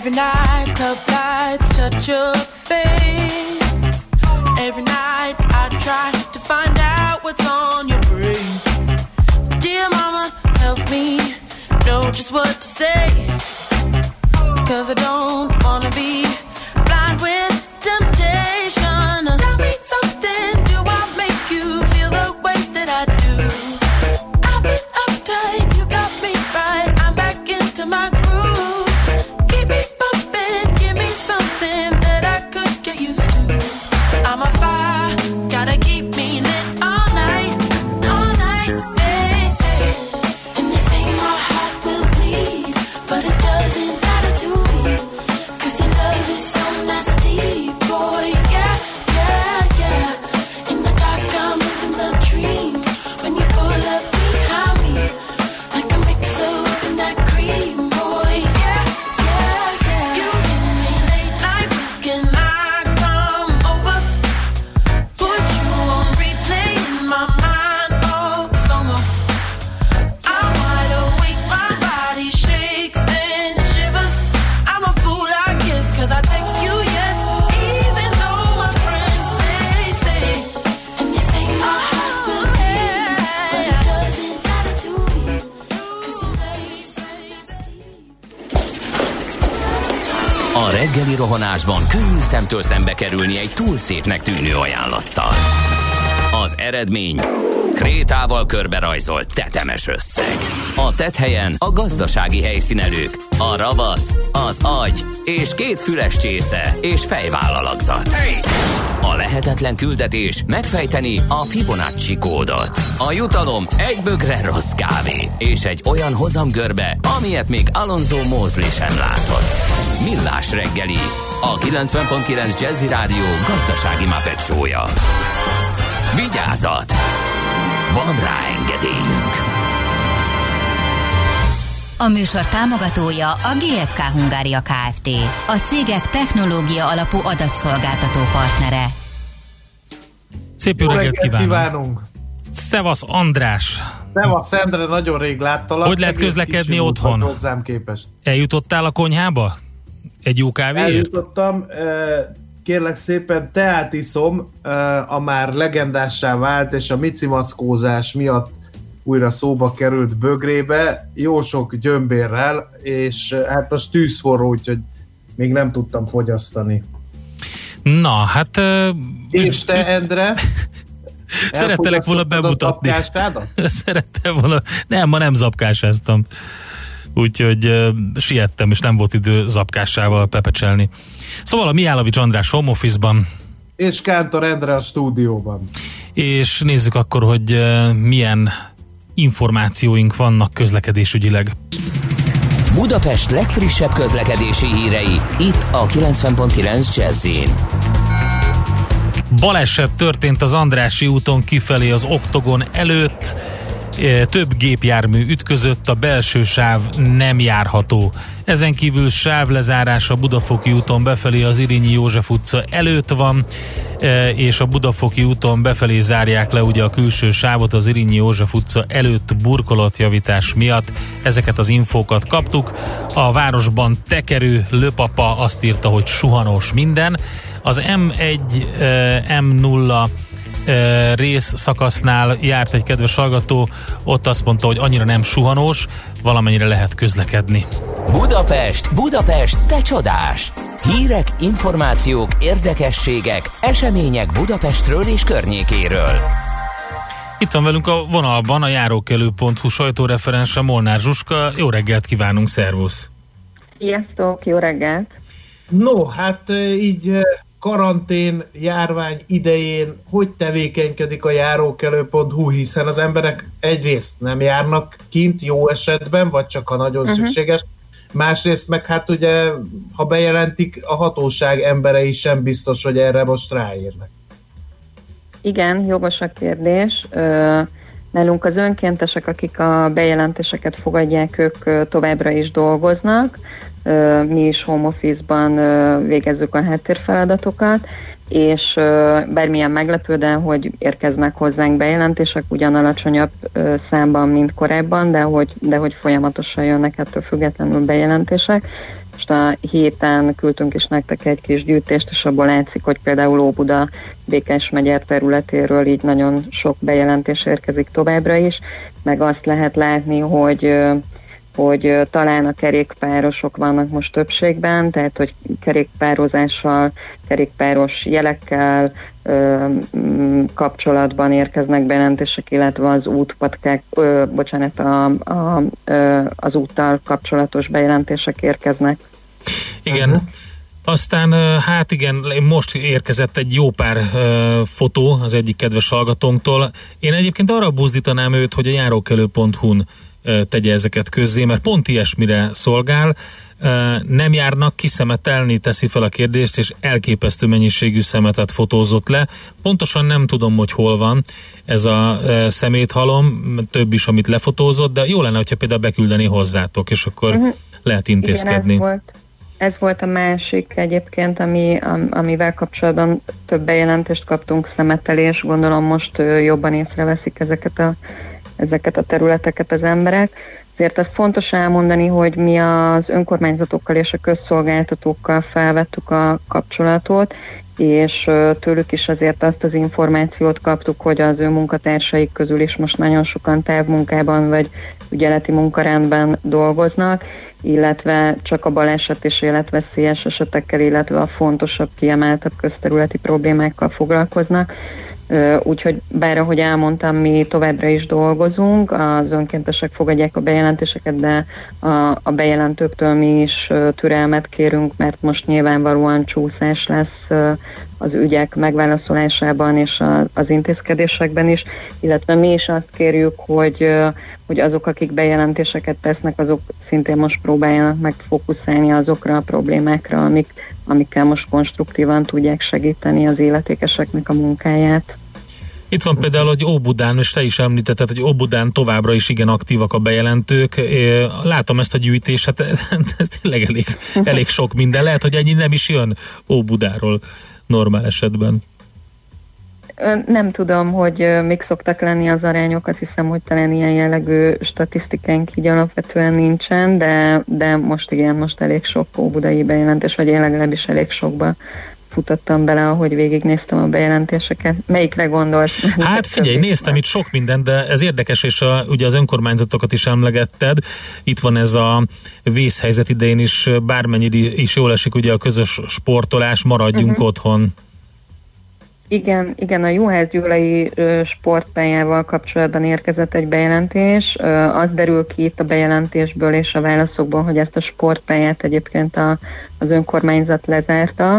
[SPEAKER 7] Every night, club lights touch your face. Every night, I try to find out what's on your brain. Dear mama, help me know just what to say. 'Cause I don't wanna be blind with temptation. Tell me something, do I make you feel the way that I do? I've been uptight, you got me right, I'm back into my groove. Keep me bumping, give me something that I could get used to. I'm a fire, gotta keep me lit all night, all night, baby. And they say my heart will bleed, but it doesn't matter to me. 'Cause your love is so nasty, boy, yeah, yeah, yeah. In the dark I'm living the dream. When you pull up behind me, like a mix-up in that cream, boy, yeah, yeah, yeah. You hit me late night, can I come over? Put you on replay in my mind, oh, slow-mo. I'm wide awake, my body shakes and shivers. I'm a fool, I guess, 'cause I text you yes, even though my friends they say, and they say my heart will bleed, but it doesn't matter to me, 'cause your love is so nasty.
[SPEAKER 1] A reggeli rohanásban könnyű szemtől szembe kerülni egy túl szépnek tűnő ajánlattal. Az eredmény krétával körberajzolt tetemes összeg. A tetthelyen a gazdasági helyszínelők, a ravasz, az agy és két füles csésze és fejvállalakzat. A lehetetlen küldetés megfejteni a Fibonacci kódot. A jutalom egy bögre rossz kávé és egy olyan hozamgörbe, amilyet még Alonso Mosley sem látott. Millás reggeli, a kilencven pont kilenc Jazzy Rádió gazdasági Muppet show-ja. Vigyázat! Van rá engedélyünk!
[SPEAKER 12] A műsor támogatója a gé ef ká Hungária Kft. A cégek technológia alapú adatszolgáltató partnere.
[SPEAKER 4] Szép jó reggelt kívánunk! kívánunk. Szevasz András!
[SPEAKER 5] Szevasz Endre, nagyon rég láttalak.
[SPEAKER 4] Hogy lehet közlekedni otthon?
[SPEAKER 5] Hozzám képest.
[SPEAKER 4] Eljutottál a konyhába? Egy jó kávéért?
[SPEAKER 5] Eljutottam, kérlek szépen, teát iszom, a már legendássá vált, és a micimackózás miatt újra szóba került bögrébe, jó sok gyömbérrel, és hát most tűzforró, úgyhogy még nem tudtam fogyasztani.
[SPEAKER 4] Na, hát... Uh,
[SPEAKER 5] és te, üt... Endre?
[SPEAKER 4] Szerettelek volna bemutatni. Szerettem volna... Nem, ma nem zapkásáztam. Úgyhogy uh, siettem, és nem volt idő zapkásával pepecselni. Szóval a Mihálovics András home office-ban.
[SPEAKER 5] És Kántor Endre a stúdióban.
[SPEAKER 4] És nézzük akkor, hogy uh, milyen információink vannak közlekedésügyileg.
[SPEAKER 1] Budapest legfrissebb közlekedési hírei, itt a kilencven pont kilenc Jazzyn.
[SPEAKER 4] Baleset történt az Andrássy úton kifelé az Oktogon előtt. Több gépjármű ütközött, a belső sáv nem járható. Ezen kívül sávlezárás a Budafoki úton befelé az Irényi József utca előtt van, és a Budafoki úton befelé zárják le ugye a külső sávot az Irényi József utca előtt burkolatjavítás miatt. Ezeket az infókat kaptuk. A városban tekerő Löpapa azt írta, hogy suhanós minden. Az em egy em nulla rész szakasznál járt egy kedves hallgató, ott azt mondta, hogy annyira nem suhanós, valamennyire lehet közlekedni.
[SPEAKER 1] Budapest, Budapest, te csodás! Hírek, információk, érdekességek, események Budapestről és környékéről.
[SPEAKER 4] Itt van velünk a vonalban a járókelő pont hu sajtóreferense Molnár Zsuska. Jó reggelt kívánunk, szervusz!
[SPEAKER 11] Sziasztok, jó reggelt!
[SPEAKER 5] No, hát így karantén, járvány idején hogy tevékenykedik a járókelő pont hu, hiszen az emberek egyrészt nem járnak kint jó esetben, vagy csak ha nagyon uh-huh. szükséges, másrészt meg hát ugye, ha bejelentik, a hatóság emberei sem biztos, hogy erre most ráérnek.
[SPEAKER 11] Igen, jogos a kérdés. Nálunk az önkéntesek, akik a bejelentéseket fogadják, ők továbbra is dolgoznak. Mi is home office-ban végezzük a háttérfeladatokat, és bármilyen meglepő, de hogy érkeznek hozzánk bejelentések, ugyan alacsonyabb számban, mint korábban, de hogy, de hogy folyamatosan jönnek ettől függetlenül bejelentések, és most a héten küldtünk is nektek egy kis gyűjtést, és abból látszik, hogy például Óbuda Békás megyer területéről így nagyon sok bejelentés érkezik továbbra is, meg azt lehet látni, hogy hogy talán a kerékpárosok vannak most többségben, tehát hogy kerékpározással, kerékpáros jelekkel ö, kapcsolatban érkeznek bejelentések, illetve az útpatkák, ö, bocsánat, a, a, ö, az úttal kapcsolatos bejelentések érkeznek.
[SPEAKER 4] Igen. Uh-huh. Aztán, hát igen, most érkezett egy jó pár uh, fotó az egyik kedves hallgatónktól. Én egyébként arra buzdítanám őt, hogy a járókelő pont hu-n tegye ezeket közzé, mert pont ilyesmire szolgál. Nem járnak, kiszemetelni, teszi fel a kérdést, és elképesztő mennyiségű szemetet fotózott le. Pontosan nem tudom, hogy hol van ez a szeméthalom, több is, amit lefotózott, de jó lenne, hogyha például beküldeni hozzátok, és akkor uh-huh. lehet intézkedni.
[SPEAKER 11] Igen, ez volt, ez volt a másik egyébként, ami, am, amivel kapcsolatban több bejelentést kaptunk, szemetelés, gondolom most jobban észreveszik ezeket a ezeket a területeket az emberek. Ezért ez fontos elmondani, hogy mi az önkormányzatokkal és a közszolgáltatókkal felvettük a kapcsolatot, és tőlük is azért azt az információt kaptuk, hogy az ő munkatársaik közül is most nagyon sokan távmunkában vagy ügyeleti munkarendben dolgoznak, illetve csak a baleset és életveszélyes esetekkel, illetve a fontosabb, kiemeltebb közterületi problémákkal foglalkoznak. Úgyhogy bár ahogy elmondtam, mi továbbra is dolgozunk, az önkéntesek fogadják a bejelentéseket, de a, a bejelentőktől mi is türelmet kérünk, mert most nyilvánvalóan csúszás lesz az ügyek megválaszolásában és a, az intézkedésekben is, illetve mi is azt kérjük, hogy, hogy azok, akik bejelentéseket tesznek, azok szintén most próbáljanak meg fókuszálni azokra a problémákra, amik, amikkel most konstruktívan tudják segíteni az illetékeseknek a munkáját.
[SPEAKER 4] Itt van például, hogy Óbudán, és te is említetted, hogy Óbudán továbbra is igen aktívak a bejelentők. Látom ezt a gyűjtést, hát ez tényleg elég, elég sok minden. Lehet, hogy ennyi nem is jön Óbudáról normál esetben.
[SPEAKER 11] Nem tudom, hogy mik szoktak lenni az arányok, azt hiszem, hogy talán ilyen jellegű statisztikánk így alapvetően nincsen, de, de most igen, most elég sok óbudai bejelentés, vagy én legalábbis elég sokba futottam bele, ahogy végignéztem a bejelentéseket. Melyikre gondolsz?
[SPEAKER 4] Hát figyelj, néztem itt sok mindent, de ez érdekes, és a, ugye az önkormányzatokat is emlegetted. Itt van ez a vészhelyzet idején is, bármennyire is jól esik ugye a közös sportolás, maradjunk uh-huh. otthon.
[SPEAKER 11] Igen, igen, a Juhász Gyulai sportpályával kapcsolatban érkezett egy bejelentés. Az derül ki itt a bejelentésből és a válaszokból, hogy ezt a sportpályát egyébként a, az önkormányzat lezárta,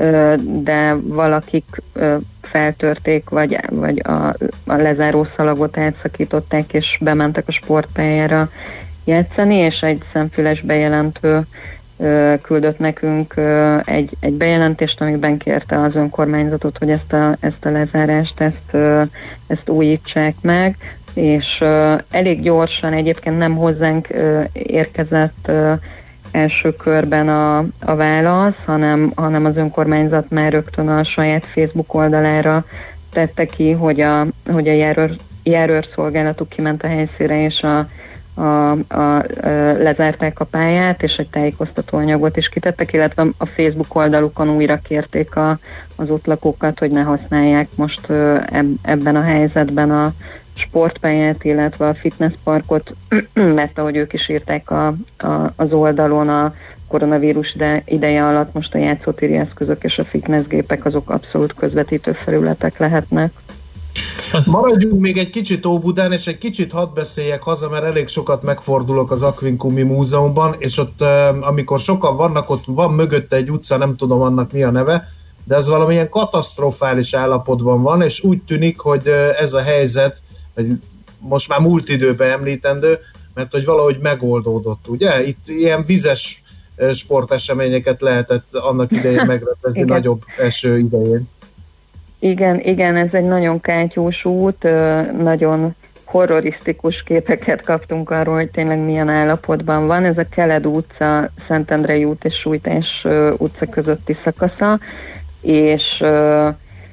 [SPEAKER 11] de valakik feltörték, vagy, vagy a, a lezáró szalagot átszakították, és bementek a sportpályára játszani, és egy szemfüles bejelentő küldött nekünk egy, egy bejelentést, amiben kérte az önkormányzatot, hogy ezt a, ezt a lezárást, ezt, ezt újítsák meg, és elég gyorsan, egyébként nem hozzánk érkezett első körben a, a válasz, hanem, hanem az önkormányzat már rögtön a saját Facebook oldalára tette ki, hogy a, hogy a járőr, járőrszolgálatuk kiment a helyszínre, és a A, a, a, lezárták a pályát, és egy tájékoztató anyagot is kitettek, illetve a Facebook oldalukon újra kérték a, az ott lakókat, hogy ne használják most eb, ebben a helyzetben a sportpályát, illetve a fitnessparkot, mert ahogy ők is írták a, a, az oldalon, a koronavírus ide, ideje alatt most a játszótéri eszközök és a fitnessgépek azok abszolút közvetítő felületek lehetnek.
[SPEAKER 5] Maradjunk még egy kicsit Óbudán, és egy kicsit hadd beszéljek haza, mert elég sokat megfordulok az Aquincumi Múzeumban, és ott amikor sokan vannak, ott van mögötte egy utca, nem tudom annak mi a neve, de ez valamilyen katasztrofális állapotban van, és úgy tűnik, hogy ez a helyzet, most már múlt időben említendő, mert hogy valahogy megoldódott, ugye? Itt ilyen vizes sporteseményeket lehetett annak idején megrendezni nagyobb eső idején.
[SPEAKER 11] Igen, igen, ez egy nagyon kátyús út, nagyon horrorisztikus képeket kaptunk arról, hogy tényleg milyen állapotban van. Ez a Keled utca, Szentendrei út és Sújtás utca közötti szakasza, és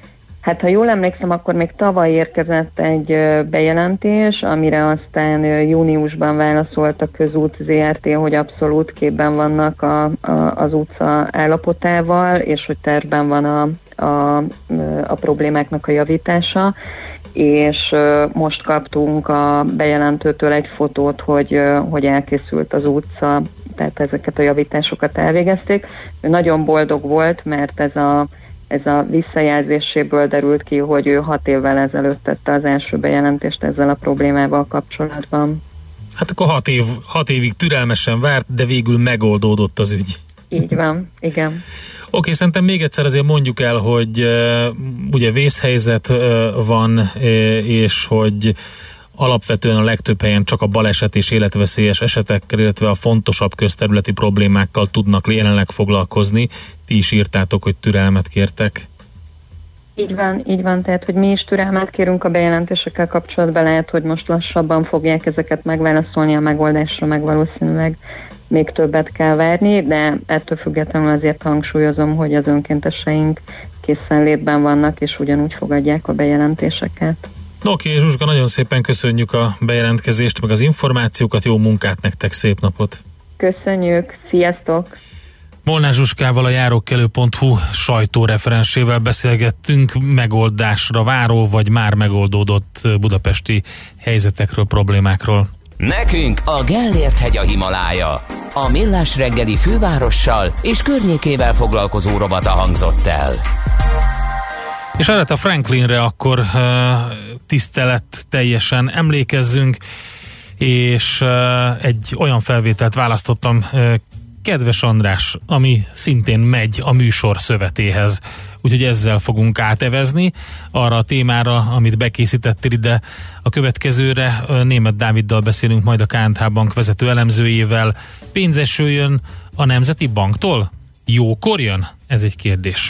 [SPEAKER 11] Hát ha jól emlékszem, akkor még tavaly érkezett egy bejelentés, amire aztán júniusban válaszolt a Közút zé er té, hogy abszolút képben vannak a, a, az utca állapotával, és hogy tervben van a, a, a problémáknak a javítása, és most kaptunk a bejelentőtől egy fotót, hogy, hogy elkészült az utca, tehát ezeket a javításokat elvégezték. Ő nagyon boldog volt, mert ez a Ez a visszajelzéséből derült ki, hogy ő hat évvel ezelőtt tette az első bejelentést ezzel a problémával kapcsolatban.
[SPEAKER 4] Hát akkor hat, év, hat évig türelmesen várt, de végül megoldódott az ügy.
[SPEAKER 11] Így van, igen.
[SPEAKER 4] Oké, szerintem még egyszer azért mondjuk el, hogy uh, ugye vészhelyzet uh, van, uh, és hogy alapvetően a legtöbb helyen csak a baleset és életveszélyes esetekkel, illetve a fontosabb közterületi problémákkal tudnak jelenleg foglalkozni. Ti is írtátok, hogy türelmet kértek.
[SPEAKER 11] Így van, így van, tehát hogy mi is türelmet kérünk a bejelentésekkel kapcsolatban, lehet, hogy most lassabban fogják ezeket megválaszolni a megoldásra, meg valószínűleg még többet kell várni, de ettől függetlenül azért hangsúlyozom, hogy az önkénteseink készenlétben vannak, és ugyanúgy fogadják a bejelentéseket.
[SPEAKER 4] Oké, okay, Zsuzska, nagyon szépen köszönjük a bejelentkezést, meg az információkat, jó munkát nektek, szép napot!
[SPEAKER 11] Köszönjük, sziasztok!
[SPEAKER 4] Molnár Zsuskával, a járókelő pont hu sajtóreferensével beszélgettünk megoldásra váró, vagy már megoldódott budapesti helyzetekről, problémákról.
[SPEAKER 1] Nekünk a Gellért hegy a Himalája. A Millás reggeli fővárossal és környékével foglalkozó rovata hangzott el.
[SPEAKER 4] És Aretha Franklinre akkor uh, tisztelet teljesen emlékezzünk, és uh, egy olyan felvételt választottam, uh, kedves András, ami szintén megy a műsor szövetéhez. Úgyhogy ezzel fogunk átevezni arra a témára, amit bekészítettél ide a következőre. Németh Dáviddal beszélünk majd a ká en há Bank vezető elemzőjével. Pénzeső jön a Nemzeti Banktól? Jókor jön? Ez egy kérdés.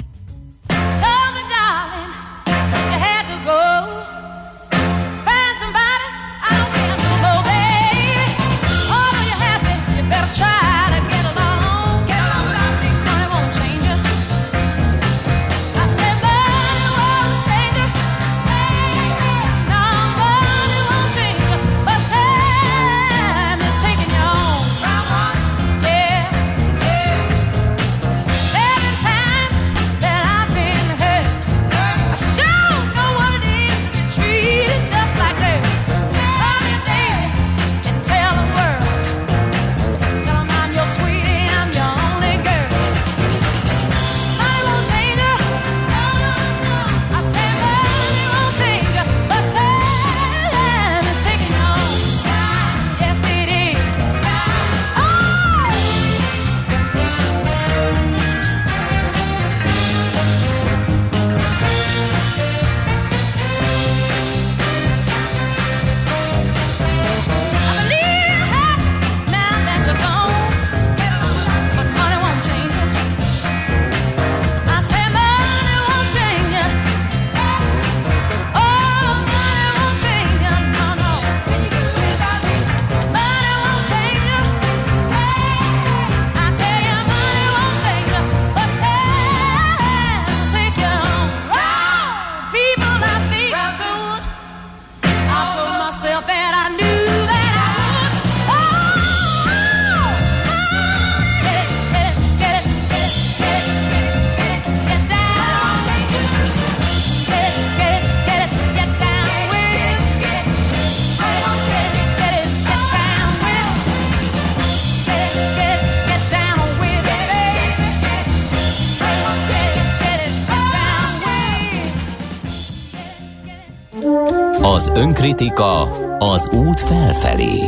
[SPEAKER 1] Az önkritika az út felfelé.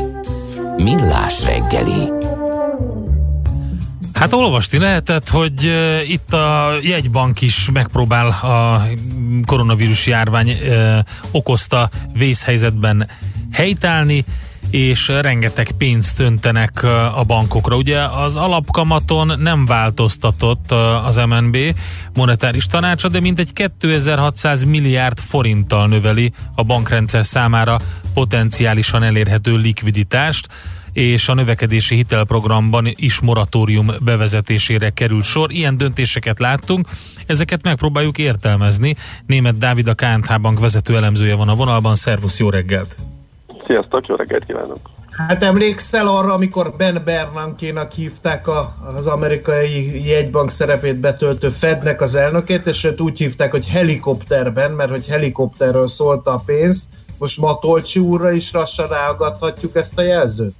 [SPEAKER 1] Millás reggeli.
[SPEAKER 4] Hát olvasni lehetett, hogy uh, itt a jegybank is megpróbál a koronavírus járvány uh, okozta vészhelyzetben helytállni, és rengeteg pénzt öntenek a bankokra. Ugye az alapkamaton nem változtatott az em en bé monetáris tanácsa, de mintegy kétezer-hatszáz milliárd forinttal növeli a bankrendszer számára potenciálisan elérhető likviditást, és a növekedési hitelprogramban is moratórium bevezetésére került sor. Ilyen döntéseket láttunk, ezeket megpróbáljuk értelmezni. Németh Dávid, a ká en há Bank vezető elemzője van a vonalban. Szervusz, jó reggelt!
[SPEAKER 13] Sziasztok, jó reggelt kívánok!
[SPEAKER 5] Hát emlékszel arra, amikor Ben Bernankénak hívták a, az amerikai jegybank szerepét betöltő Fednek az elnökét, és őt úgy hívták, hogy helikopterben, mert hogy helikopterről szólt a pénzt. Most Matolcsi úrra is lassan ráagadhatjuk ezt a jelzőt?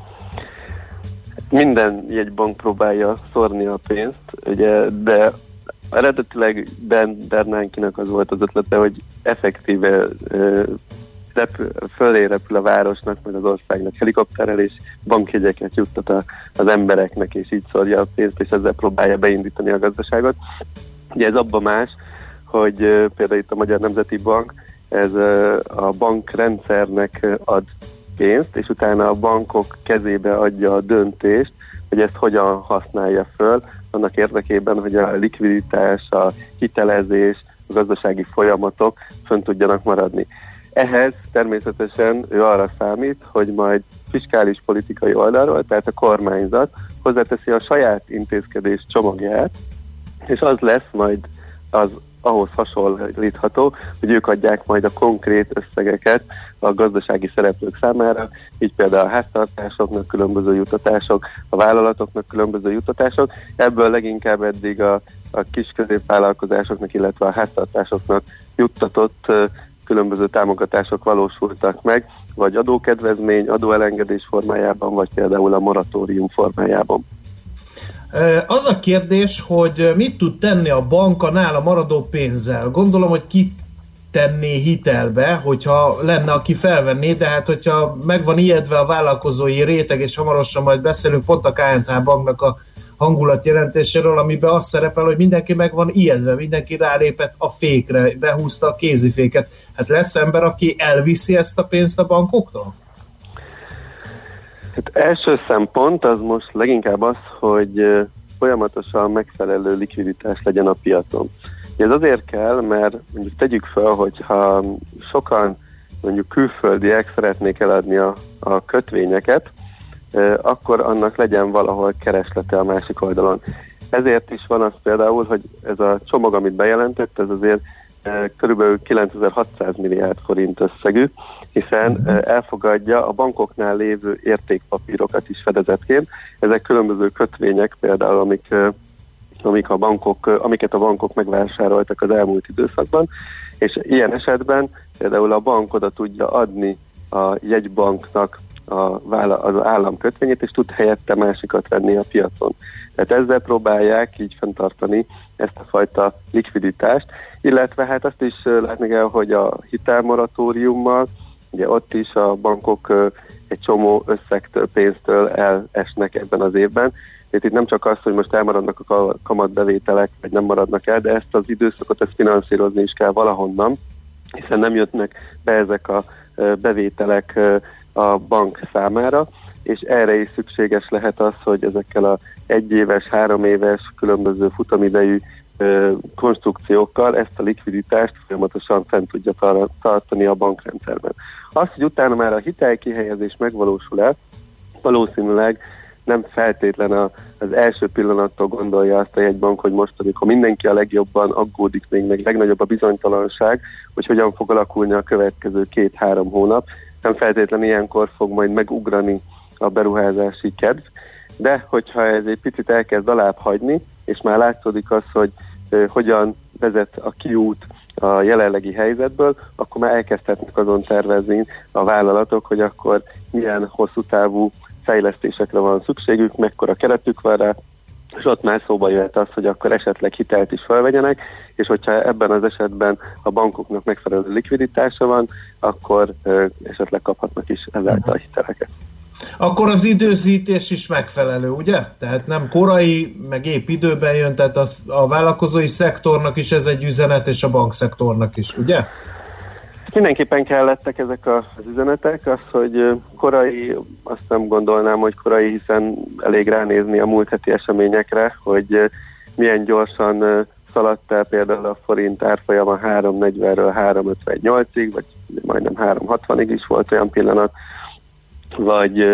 [SPEAKER 13] Minden jegybank próbálja szórni a pénzt, ugye, de eredetileg Ben Bernankénak az volt az ötlete, hogy effektíve repül, fölé repül a városnak, meg az országnak helikopterrel, és bankjegyeket juttat a, az embereknek, és így szórja a pénzt, és ezzel próbálja beindítani a gazdaságot. Ugye ez abban más, hogy például itt a Magyar Nemzeti Bank, ez a bankrendszernek ad pénzt, és utána a bankok kezébe adja a döntést, hogy ezt hogyan használja föl, annak érdekében, hogy a likviditás, a hitelezés, a gazdasági folyamatok fönn tudjanak maradni. Ehhez természetesen ő arra számít, hogy majd fiskális politikai oldalról, tehát a kormányzat hozzáteszi a saját intézkedés csomagját, és az lesz majd az ahhoz hasonlítható, hogy ők adják majd a konkrét összegeket a gazdasági szereplők számára, így például a háztartásoknak különböző juttatások, a vállalatoknak különböző juttatások. Ebből leginkább eddig a, a kis középvállalkozásoknak, illetve a háztartásoknak juttatott uh, különböző támogatások valósultak meg, vagy adókedvezmény, adóelengedés formájában, vagy például a moratórium formájában.
[SPEAKER 5] Az a kérdés, hogy mit tud tenni a bank a nála maradó pénzzel. Gondolom, hogy ki tenné hitelbe, hogyha lenne, aki felvenné, de hát hogyha meg van ijedve a vállalkozói réteg, és hamarosan majd beszélünk pont a ká en há Banknak a hangulatjelentéséről, amiben az szerepel, hogy mindenki meg van ijedve, mindenki rálépett a fékre, behúzta a kéziféket. Hát lesz ember, aki elviszi ezt a pénzt a bankoktól?
[SPEAKER 13] Hát első szempont az most leginkább az, hogy folyamatosan megfelelő likviditás legyen a piacon. Ez azért kell, mert mondjuk tegyük fel, hogyha sokan mondjuk külföldiek szeretnék eladni a, a kötvényeket, akkor annak legyen valahol kereslete a másik oldalon. Ezért is van az például, hogy ez a csomag, amit bejelentett, ez azért körülbelül kilencezer-hatszáz milliárd forint összegű, hiszen elfogadja a bankoknál lévő értékpapírokat is fedezetként. Ezek különböző kötvények például, amik, amik a bankok, amiket a bankok megvásároltak az elmúlt időszakban, és ilyen esetben például a bank oda tudja adni a jegybanknak a vála, az állam kötvényét, és tud helyette másikat venni a piacon. Tehát ezzel próbálják így fenntartani ezt a fajta likviditást, illetve hát azt is látni kell, hogy a hitelmoratóriummal, ugye ott is a bankok egy csomó összegtől, pénztől elesnek ebben az évben. Tehát itt nem csak az, hogy most elmaradnak a kamatbevételek, vagy nem maradnak el, de ezt az időszakot ezt finanszírozni is kell valahonnan, hiszen nem jöttnek be ezek a bevételek a bank számára, és erre is szükséges lehet az, hogy ezekkel a egyéves, három éves különböző futamidejű ö, konstrukciókkal ezt a likviditást folyamatosan fent tudja tar- tartani a bankrendszerben. Az, hogy utána már a hitelkihelyezés megvalósul-e, valószínűleg nem feltétlen a, az első pillanattól gondolja azt a jegybank, hogy most, amikor mindenki a legjobban aggódik, még meg legnagyobb a bizonytalanság, hogy hogyan fog alakulni a következő két-három hónap, nem feltétlenül ilyenkor fog majd megugrani a beruházási kedv, de hogyha ez egy picit elkezd alább hagyni, és már látszódik az, hogy uh, hogyan vezet a kiút a jelenlegi helyzetből, akkor már elkezdhetnek azon tervezni a vállalatok, hogy akkor milyen hosszú távú fejlesztésekre van szükségük, mekkora keretük van rá, és ott már szóba jöhet az, hogy akkor esetleg hitelt is felvegyenek, és hogyha ebben az esetben a bankoknak megfelelő likviditása van, akkor ö, esetleg kaphatnak is ezáltal a hiteleket.
[SPEAKER 5] Akkor az időzítés is megfelelő, ugye? Tehát nem korai, meg épp időben jön, tehát az, a vállalkozói szektornak is ez egy üzenet, és a bankszektornak is, ugye?
[SPEAKER 13] Mindenképpen kellettek ezek az üzenetek, az, hogy korai, azt nem gondolnám, hogy korai, hiszen elég ránézni a múlt heti eseményekre, hogy milyen gyorsan szaladt el például a forint árfolyama három negyvenről három ötvennyolcig, vagy majdnem három hatvanig is volt olyan pillanat, vagy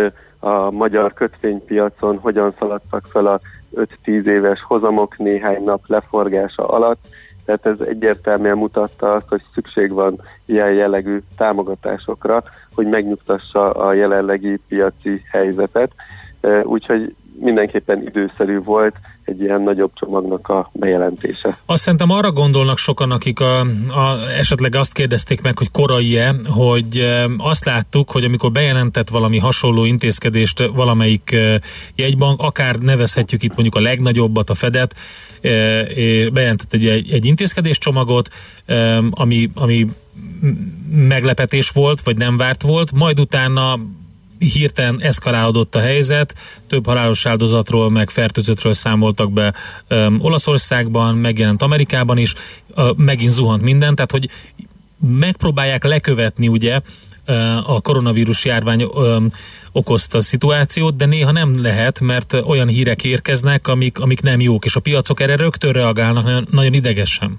[SPEAKER 13] a magyar kötvénypiacon hogyan szaladtak fel a öt-tíz éves hozamok néhány nap leforgása alatt. Tehát ez egyértelműen mutatta azt, hogy szükség van ilyen jellegű támogatásokra, hogy megnyugtassa a jelenlegi piaci helyzetet. Úgyhogy mindenképpen időszerű volt egy ilyen nagyobb csomagnak a bejelentése.
[SPEAKER 4] Azt szerintem arra gondolnak sokan, akik a, a, esetleg azt kérdezték meg, hogy korai-e, hogy e, azt láttuk, hogy amikor bejelentett valami hasonló intézkedést valamelyik e, jegybank, akár nevezhetjük itt mondjuk a legnagyobbat, a Fedet, e, e, bejelentett egy, egy, egy intézkedéscsomagot, e, ami, ami meglepetés volt, vagy nem várt volt, majd utána hirtelen eszkalálódott a helyzet, több halálos áldozatról, meg fertőzöttről számoltak be um, Olaszországban, megjelent Amerikában is, uh, megint zuhant minden, tehát hogy megpróbálják lekövetni ugye uh, a koronavírus járvány um, okozta szituációt, de néha nem lehet, mert olyan hírek érkeznek, amik, amik nem jók, és a piacok erre rögtön reagálnak nagyon, nagyon idegesen.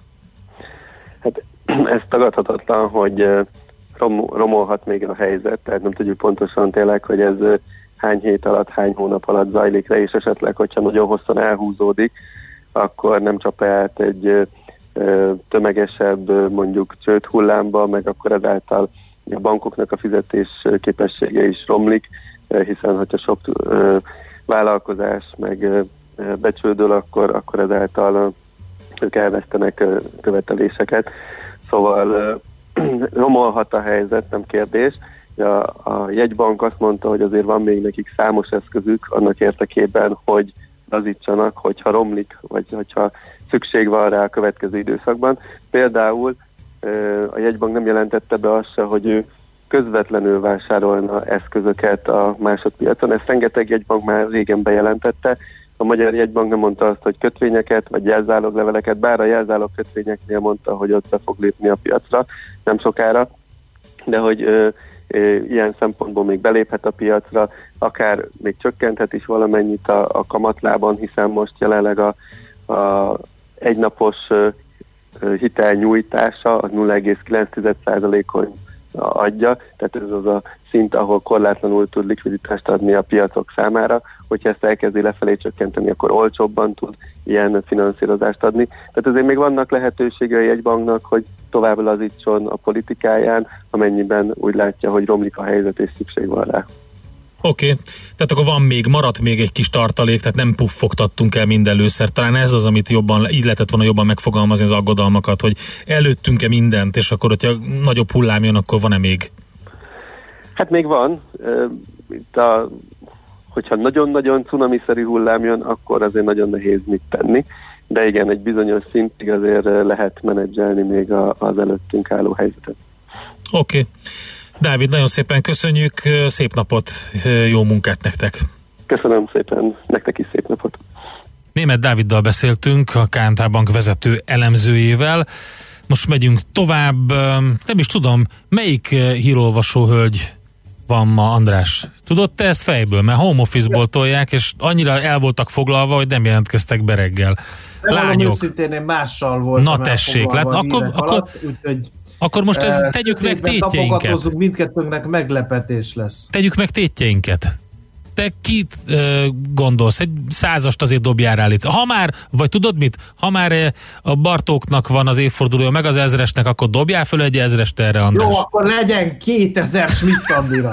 [SPEAKER 13] Hát ez tagadhatatlan, hogy uh... Rom, romolhat még a helyzet, tehát nem tudjuk pontosan tényleg, hogy ez hány hét alatt, hány hónap alatt zajlik le, és esetleg, hogyha nagyon hosszan elhúzódik, akkor nem csap át egy ö, tömegesebb mondjuk csőd hullámba, meg akkor ezáltal a bankoknak a fizetés képessége is romlik, hiszen hogyha sok ö, vállalkozás meg ö, becsődöl, akkor, akkor ezáltal ők elvesztenek ö, követeléseket. Szóval ö, romolhat a helyzet, nem kérdés. A, a jegybank azt mondta, hogy azért van még nekik számos eszközük annak érdekében, hogy lazítsanak, hogyha romlik, vagy hogyha szükség van rá a következő időszakban. Például a jegybank nem jelentette be azt se, hogy ő közvetlenül vásárolna eszközöket a másodpiacon. Ezt rengeteg jegybank már régen bejelentette. A Magyar Jegybank nem mondta azt, hogy kötvényeket, vagy jelzálogleveleket, bár a jelzálog kötvényeknél mondta, hogy ott be fog lépni a piacra, nem sokára, de hogy ö, ö, ilyen szempontból még beléphet a piacra, akár még csökkenthet is valamennyit a, a kamatlában, hiszen most jelenleg a, a egynapos ö, hitel nyújtása a nulla egész kilenc százalékon adja, tehát ez az a szint, ahol korlátlanul tud likviditást adni a piacok számára, hogyha ezt elkezdi lefelé csökkenteni, akkor olcsóbban tud ilyen finanszírozást adni. Tehát azért még vannak lehetőségei a jegybanknak, hogy tovább lazítson a politikáján, amennyiben úgy látja, hogy romlik a helyzet és szükség van rá.
[SPEAKER 4] Oké, okay. Tehát akkor van még, maradt még egy kis tartalék, tehát nem puffogtattunk el minden lőszert. Talán ez az, amit jobban, így lehetett volna jobban megfogalmazni az aggodalmakat, hogy előttünk-e mindent, és akkor, hogyha nagyobb hullám jön, akkor van-e még?
[SPEAKER 13] Hát még van. Itt a, hogyha nagyon-nagyon cunamiszerű hullám jön, akkor azért nagyon nehéz mit tenni. De igen, egy bizonyos szintig azért lehet menedzselni még a, az előttünk álló helyzetet.
[SPEAKER 4] Oké. Okay. Dávid, nagyon szépen köszönjük, szép napot, jó munkát nektek!
[SPEAKER 13] Köszönöm szépen, nektek is szép napot!
[SPEAKER 4] Németh Dáviddal beszéltünk, a ká en té Bank vezető elemzőjével. Most megyünk tovább, nem is tudom, melyik hírolvasó hölgy van ma, András? Tudod te ezt fejből? Mert home office-ból tolják, és annyira el voltak foglalva, hogy nem jelentkeztek be reggel.
[SPEAKER 5] Lányok. Őszintén én mással voltam.
[SPEAKER 4] Na tessék, lát, akkor, akkor, alatt, úgyhogy akkor most ez, uh, tegyük meg tétjeinket.
[SPEAKER 5] Mindkettőnknek meglepetés lesz.
[SPEAKER 4] Tegyük meg tétjeinket. Te kit uh, gondolsz? Egy százast azért dobjál rá itt. Ha már, vagy tudod mit? Ha már uh, a Bartóknak van az évfordulója, meg az ezresnek, akkor dobjál föl egy ezrest erre, András.
[SPEAKER 5] Jó, akkor legyen kétezer Schmidt Andira.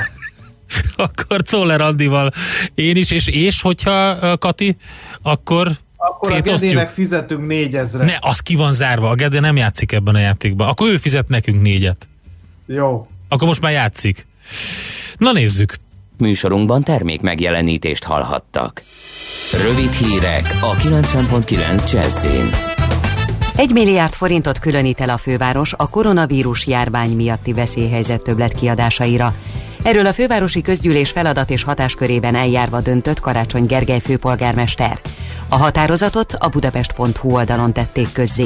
[SPEAKER 4] Akkor Czoller Andival én is, és, és hogyha uh, Kati, akkor
[SPEAKER 5] Akkor szétosztjuk. A Gedének fizetünk négyezret.
[SPEAKER 4] Ne, az ki van zárva. A Gede nem játszik ebben a játékban. Akkor ő fizet nekünk négyet.
[SPEAKER 5] Jó.
[SPEAKER 4] Akkor most már játszik. Na nézzük.
[SPEAKER 1] Műsorunkban termék megjelenítést hallhattak. Rövid hírek a kilencven pont kilenc Jazzin.
[SPEAKER 10] Egy milliárd forintot különít el a főváros a koronavírus járvány miatti veszélyhelyzet többlet kiadásaira. Erről a fővárosi közgyűlés feladat és hatáskörében eljárva döntött Karácsony Gergely főpolgármester. A határozatot a budapest pont hu oldalon tették közzé.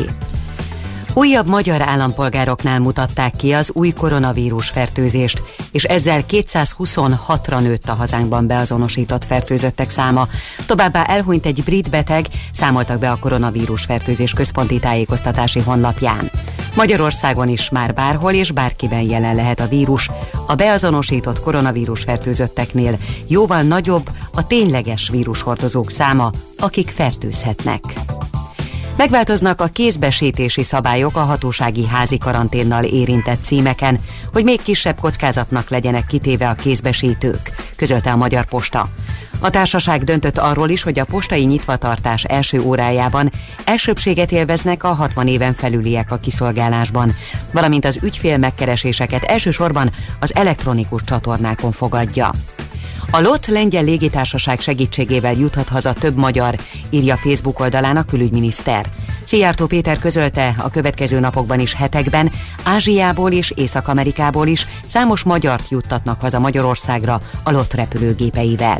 [SPEAKER 10] Újabb magyar állampolgároknál mutatták ki az új koronavírus fertőzést, és ezzel kétszázhuszonhatra nőtt a hazánkban beazonosított fertőzöttek száma. Továbbá elhunyt egy brit beteg, számoltak be a koronavírus fertőzés központi tájékoztatási honlapján. Magyarországon is már bárhol és bárkiben jelen lehet a vírus. A beazonosított koronavírus fertőzötteknél jóval nagyobb a tényleges vírushordozók száma, akik fertőzhetnek. Megváltoznak a kézbesítési szabályok a hatósági házi karanténnal érintett címeken, hogy még kisebb kockázatnak legyenek kitéve a kézbesítők, közölte a Magyar Posta. A társaság döntött arról is, hogy a postai nyitvatartás első órájában elsőbbséget élveznek a hatvan éven felüliek a kiszolgálásban, valamint az ügyfél megkereséseket elsősorban az elektronikus csatornákon fogadja. A LOT lengyel légitársaság segítségével juthat haza több magyar, írja Facebook oldalán a külügyminiszter. Szijjártó Péter közölte, a következő napokban is hetekben Ázsiából és Észak-Amerikából is számos magyart juttatnak haza Magyarországra a LOT repülőgépeivel.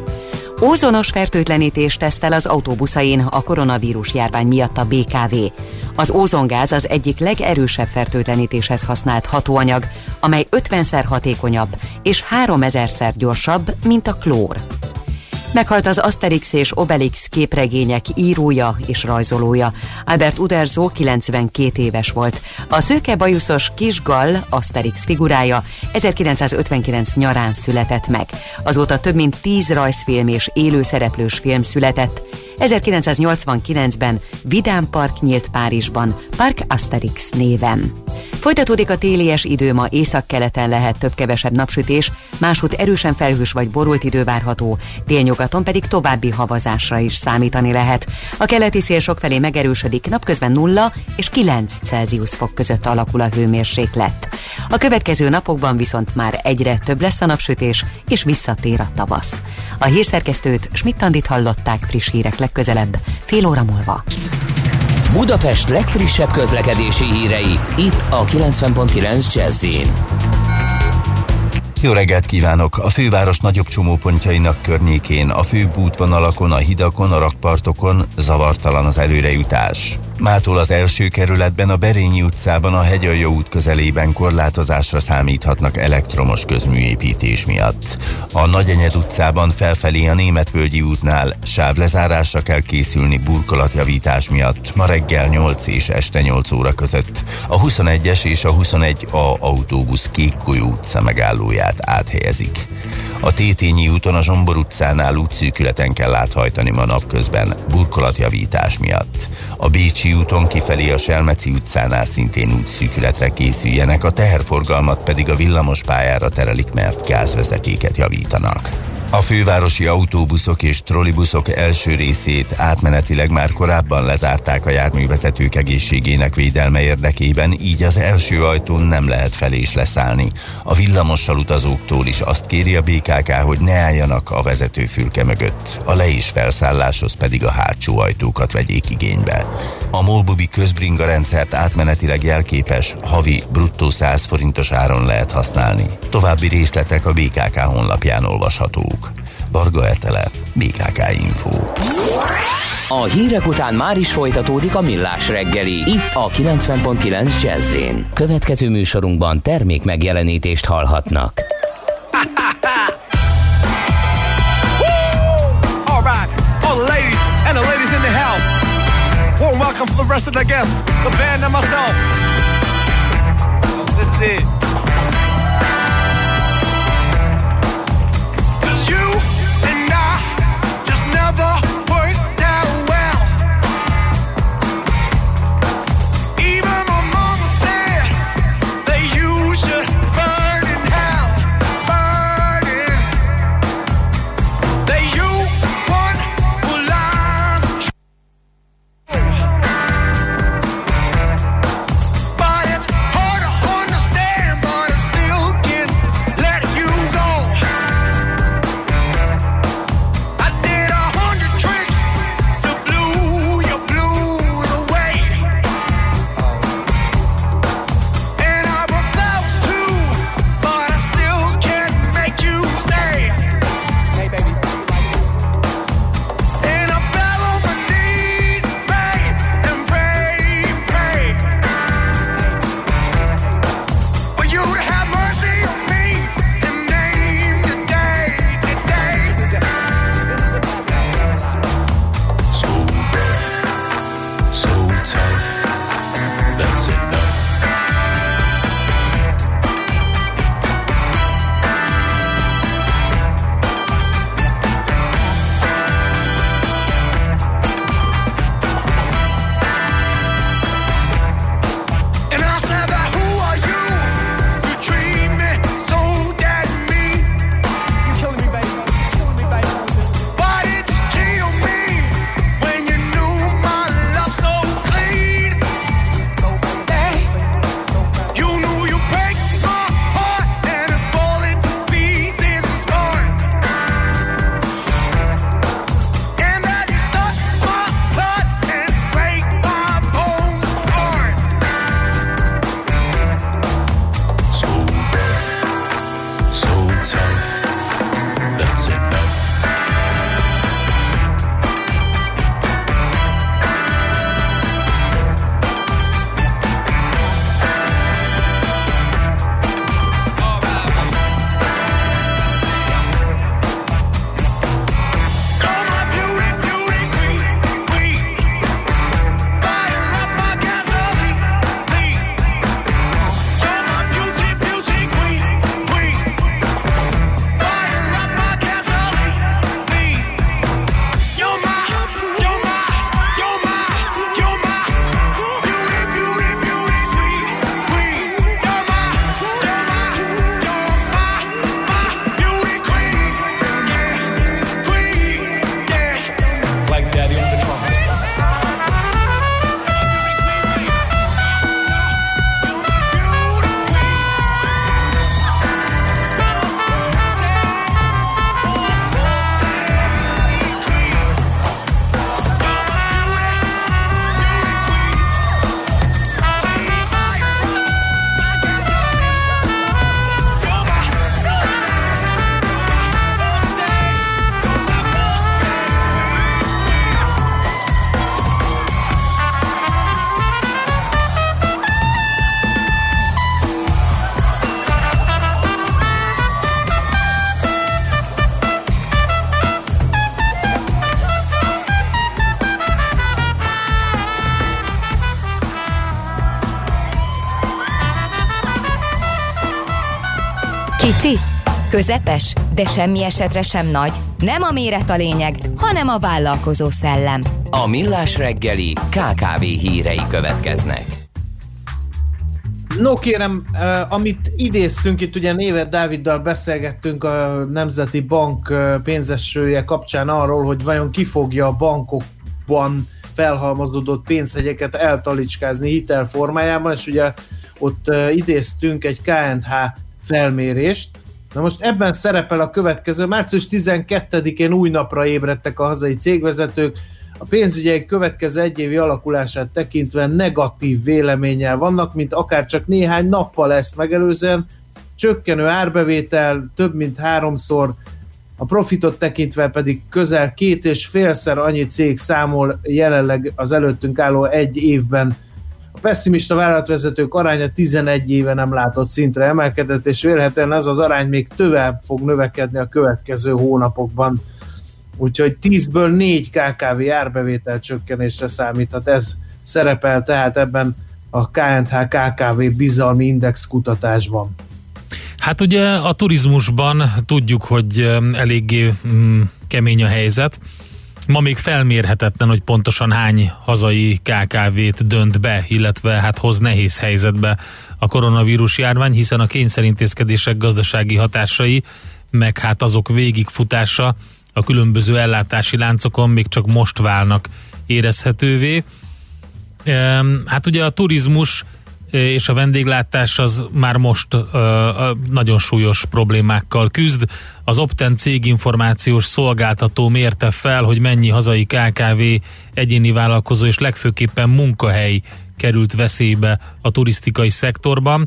[SPEAKER 10] Ózonos fertőtlenítést tesztel az autóbuszain a koronavírus járvány miatt a bé ká vé. Az ózongáz az egyik legerősebb fertőtlenítéshez használt hatóanyag, amely ötvenszer hatékonyabb és háromezerszer gyorsabb, mint a klór. Meghalt az Asterix és Obelix képregények írója és rajzolója. Albert Uderzo kilencvenkét éves volt. A szőke bajuszos kis Gall, Asterix figurája ezerkilencszázötvenkilenc nyarán született meg. Azóta több mint tíz rajzfilm és élőszereplős film született. ezerkilencszáznyolcvankilencben Vidám Park nyílt Párizsban, Park Asterix néven. Folytatódik a télies idő, ma északkeleten lehet több-kevesebb napsütés, máshogy erősen felhős vagy borult idő várható, délnyugaton pedig további havazásra is számítani lehet. A keleti szél sokfelé megerősödik, napközben nulla és kilenc Celsius fok között alakul a hőmérséklet. A következő napokban viszont már egyre több lesz a napsütés, és visszatér a tavasz. A hírszerkesztőt, Schmidt-Andit hallották, friss hírek legközelebb, fél óra múlva.
[SPEAKER 1] Budapest legfrissebb közlekedési hírei, itt a kilencven pont kilenc Jazz-in.
[SPEAKER 14] Jó reggelt kívánok! A főváros nagyobb csomópontjainak környékén, a főbb útvonalakon, a hidakon, a rakpartokon zavartalan az előrejutás. Mától az első kerületben, a Berényi utcában, a Hegyaljó út közelében korlátozásra számíthatnak elektromos közműépítés miatt. A Nagyenyed utcában felfelé a Németvölgyi útnál sávlezárásra kell készülni burkolatjavítás miatt ma reggel nyolc és este nyolc óra között. A huszonegyes és a huszonegy A autóbusz Kékgolyó utca megállóját áthelyezik. A Tétényi úton a Zsombor utcánál útszűkületen kell áthajtani ma napközben burkolatjavítás miatt. A Bécsi úton kifelé a Selmeci utcánál szintén útszűkületre készüljenek, a teherforgalmat pedig a villamos pályára terelik, mert gázvezetéket javítanak. A fővárosi autóbuszok és trollibuszok első részét átmenetileg már korábban lezárták a járművezetők egészségének védelme érdekében, így az első ajtón nem lehet fel és leszállni. A villamossal utazóktól is azt kéri a bé ká ká, hogy ne álljanak a vezetőfülke mögött, a le- és felszálláshoz pedig a hátsó ajtókat vegyék igénybe. A Molbubi közbringa rendszert átmenetileg jelképes, havi bruttó száz forintos áron lehet használni. További részletek a bé ká ká honlapján olvashatók. Varga Etele, bé ká ká Info.
[SPEAKER 1] A hírek után már is folytatódik a Millás reggeli, itt a kilencven pont kilenc Jazz-in. Következő műsorunkban termék megjelenítést hallhatnak.
[SPEAKER 15] All right, all the ladies and the ladies in the house. Warm welcome for the rest of the guests, the band and myself. This is it.
[SPEAKER 16] But it's hard to understand Kicsi, közepes, de semmi esetre sem nagy. Nem a méret a lényeg, hanem a vállalkozó szellem.
[SPEAKER 1] A Millás reggeli ká ká vé hírei következnek.
[SPEAKER 5] No kérem, eh, amit idéztünk, itt ugye Németh Dáviddal beszélgettünk a Nemzeti Bank pénzesője kapcsán arról, hogy vajon ki fogja a bankokban felhalmozódott pénzhegyeket eltalicskázni hitel formájában, és ugye ott eh, idéztünk egy ká end há felmérést. Na most ebben szerepel a következő. március tizenkettedikén új napra ébredtek a hazai cégvezetők. A pénzügyeik következő egyévi alakulását tekintve negatív véleménnyel vannak, mint akár csak néhány nappal ezt megelőzően. Csökkenő árbevétel, több mint háromszor, a profitot tekintve pedig közel két és félszer annyi cég számol jelenleg az előttünk álló egy évben. A pessimista vállalatvezetők aránya tizenegy éve nem látott szintre emelkedett, és vélhetően ez az arány még tovább fog növekedni a következő hónapokban. Úgyhogy tízből négy ká ká vé árbevétel csökkenésre számíthat. Ez szerepel tehát ebben a ká end há ká ká vé bizalmi index kutatásban.
[SPEAKER 4] Hát ugye a turizmusban tudjuk, hogy eléggé mm, kemény a helyzet. Ma még felmérhetetlen, hogy pontosan hány hazai ká ká vét dönt be, illetve hát hoz nehéz helyzetbe a koronavírus járvány, hiszen a kényszerintézkedések gazdasági hatásai, meg hát azok végigfutása a különböző ellátási láncokon még csak most válnak érezhetővé. Hát ugye a turizmus és a vendéglátás az már most uh, nagyon súlyos problémákkal küzd. Az Opten céginformációs szolgáltató mérte fel, hogy mennyi hazai ká ká vé, egyéni vállalkozó és legfőképpen munkahely került veszélybe a turisztikai szektorban,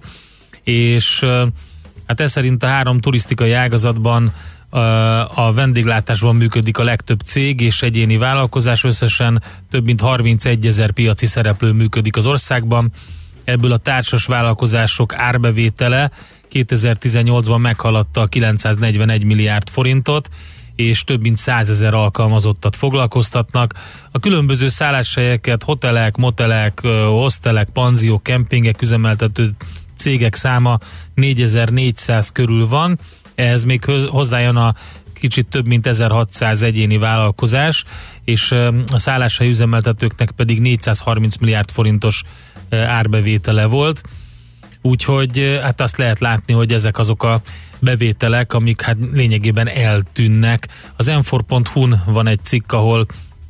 [SPEAKER 4] és uh, hát ez szerint a három turisztikai ágazatban uh, a vendéglátásban működik a legtöbb cég és egyéni vállalkozás, összesen több mint harmincegyezer piaci szereplő működik az országban. Ebből a társas vállalkozások árbevétele kétezer-tizennyolcban meghaladta a kilencszáznegyvenegy milliárd forintot, és több mint százezer alkalmazottat foglalkoztatnak. A különböző szálláshelyeket, hotelek, motelek, hostelek, panziók, kempingek üzemeltető cégek száma négyezer-négyszáz körül van. Ehhez még hozzájön a kicsit több mint ezerhatszáz egyéni vállalkozás, és a szálláshely üzemeltetőknek pedig négyszázharminc milliárd forintos árbevétele volt. Úgyhogy hát azt lehet látni, hogy ezek azok a bevételek, amik hát lényegében eltűnnek. Az em négy pont hu-n van egy cikk, ahol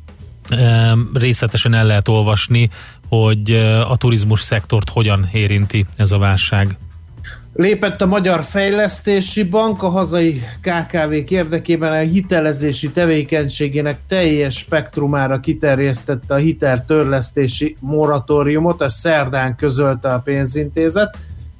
[SPEAKER 4] e, részletesen el lehet olvasni, hogy a turizmus szektort hogyan érinti ez a válság.
[SPEAKER 5] Lépett a Magyar Fejlesztési Bank a hazai ká ká vék érdekében, a hitelezési tevékenységének teljes spektrumára kiterjesztette a hiteltörlesztési moratóriumot, ezt szerdán közölte a pénzintézet.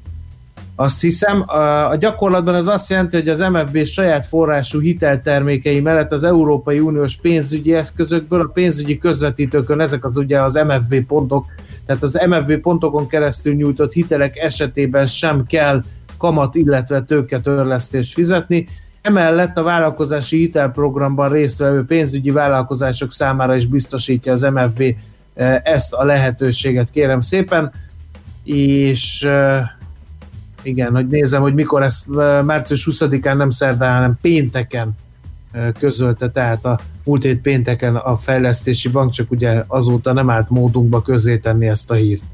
[SPEAKER 5] Azt hiszem, a gyakorlatban ez azt jelenti, hogy az em ef bé saját forrású hiteltermékei mellett az Európai Uniós pénzügyi eszközökből a pénzügyi közvetítőkön, ezek az ugye az em ef bé pontok, tehát az em ef bé pontokon keresztül nyújtott hitelek esetében sem kell kamat, illetve tőketörlesztést fizetni. Emellett a vállalkozási hitelprogramban résztvevő pénzügyi vállalkozások számára is biztosítja az em ef bé ezt a lehetőséget, kérem szépen, és igen, hogy nézem, hogy mikor ezt március huszadikán, nem szerdán, hanem pénteken közölte, tehát a múlt hét pénteken a Fejlesztési Bank, csak ugye azóta nem állt módunkba közzétenni ezt a hírt.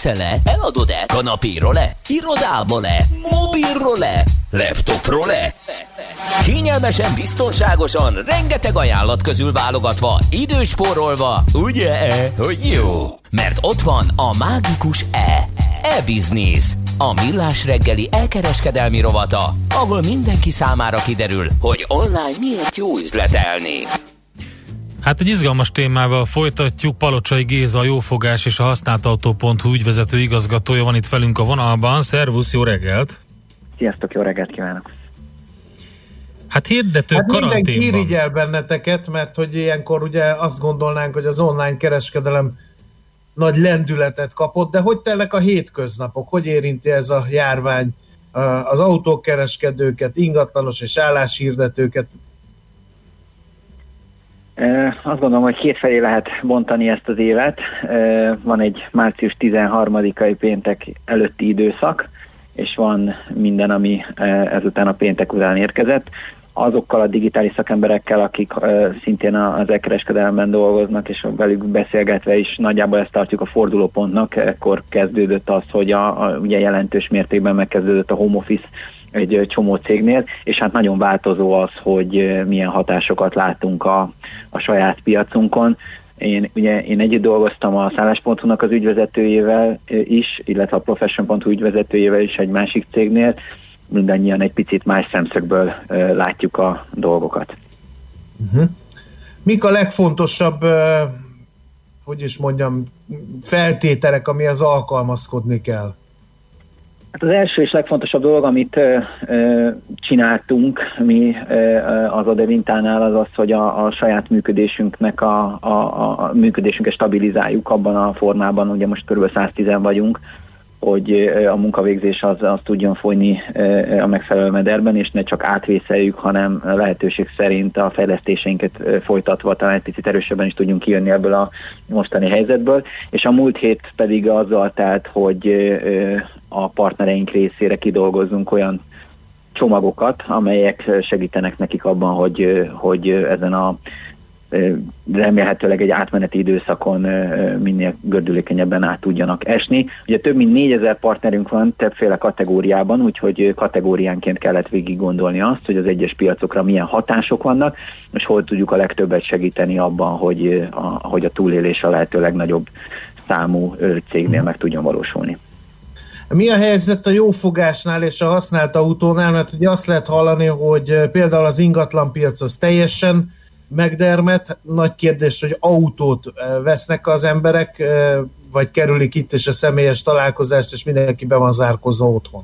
[SPEAKER 1] Veszel-e? Eladod-e? Kanapéról-e? Irodából-e? Mobilról-e? Laptopról-e? Kényelmesen, biztonságosan, rengeteg ajánlat közül válogatva, időspórolva, ugye-e, hogy jó? Mert ott van a mágikus E. E-Business, a millás reggeli elkereskedelmi rovata, ahol mindenki számára kiderül, hogy online miért jó üzletelni.
[SPEAKER 4] Hát egy izgalmas témával folytatjuk. Palocsai Géza, a Jófogás és a használtautó pont hu ügyvezető igazgatója van itt velünk a vonalban. Szervusz, jó reggelt!
[SPEAKER 17] Sziasztok, jó reggelt kívánok!
[SPEAKER 4] Hát hirdetők
[SPEAKER 5] hát
[SPEAKER 4] karanténban.
[SPEAKER 5] Mindenki irigyel benneteket, mert hogy ilyenkor ugye azt gondolnánk, hogy az online kereskedelem nagy lendületet kapott, de hogy telnek a hétköznapok? Hogy érinti ez a járvány az autókereskedőket, ingatlanos és álláshirdetőket?
[SPEAKER 17] Azt gondolom, hogy kétfelé lehet bontani ezt az évet. Van egy március tizenharmadikai péntek előtti időszak, és van minden, ami ezután a péntek után érkezett. Azokkal a digitális szakemberekkel, akik szintén az e-kereskedelemben dolgoznak, és velük beszélgetve is nagyjából ezt tartjuk a fordulópontnak. Ekkor kezdődött az, hogy a, a, ugye jelentős mértékben megkezdődött a home office egy csomó cégnél, és hát nagyon változó az, hogy milyen hatásokat látunk a, a saját piacunkon. Én, ugye, én együtt dolgoztam a szállás pont hu-nak az ügyvezetőjével is, illetve a profession pont hu ügyvezetőjével is egy másik cégnél. Mindannyian egy picit más szemszögből uh, látjuk a dolgokat.
[SPEAKER 5] Uh-huh. Mik a legfontosabb, uh, hogy is mondjam, feltételek, amihez alkalmazkodni kell?
[SPEAKER 17] Hát az első és legfontosabb dolog, amit uh, uh, csináltunk mi uh, az Adevintánál, az az, hogy a, a saját működésünknek a, a, a működésünket stabilizáljuk abban a formában, ugye most kb. száztízen vagyunk, hogy a munkavégzés az, az tudjon folyni a megfelelő mederben, és ne csak átvészeljük, hanem lehetőség szerint a fejlesztéseinket folytatva talán egy picit erősebben is tudjunk kijönni ebből a mostani helyzetből. És a múlt hét pedig azzal telt, hogy a partnereink részére kidolgozzunk olyan csomagokat, amelyek segítenek nekik abban, hogy, hogy ezen a remélhetőleg egy átmeneti időszakon minél gördülékenyebben át tudjanak esni. Ugye több mint négyezer partnerünk van többféle kategóriában, úgyhogy kategóriánként kellett végig gondolni azt, hogy az egyes piacokra milyen hatások vannak, és hol tudjuk a legtöbbet segíteni abban, hogy a, hogy a túlélés a lehető legnagyobb számú cégnél meg tudjon valósulni.
[SPEAKER 5] Mi a helyzet a Jófogásnál és a használt autónál? Mert ugye azt lehet hallani, hogy például az ingatlanpiac az teljesen megdermet. Nagy kérdés, hogy autót vesznek az emberek, vagy kerülik itt is a személyes találkozást, és mindenki be van zárkozva otthon.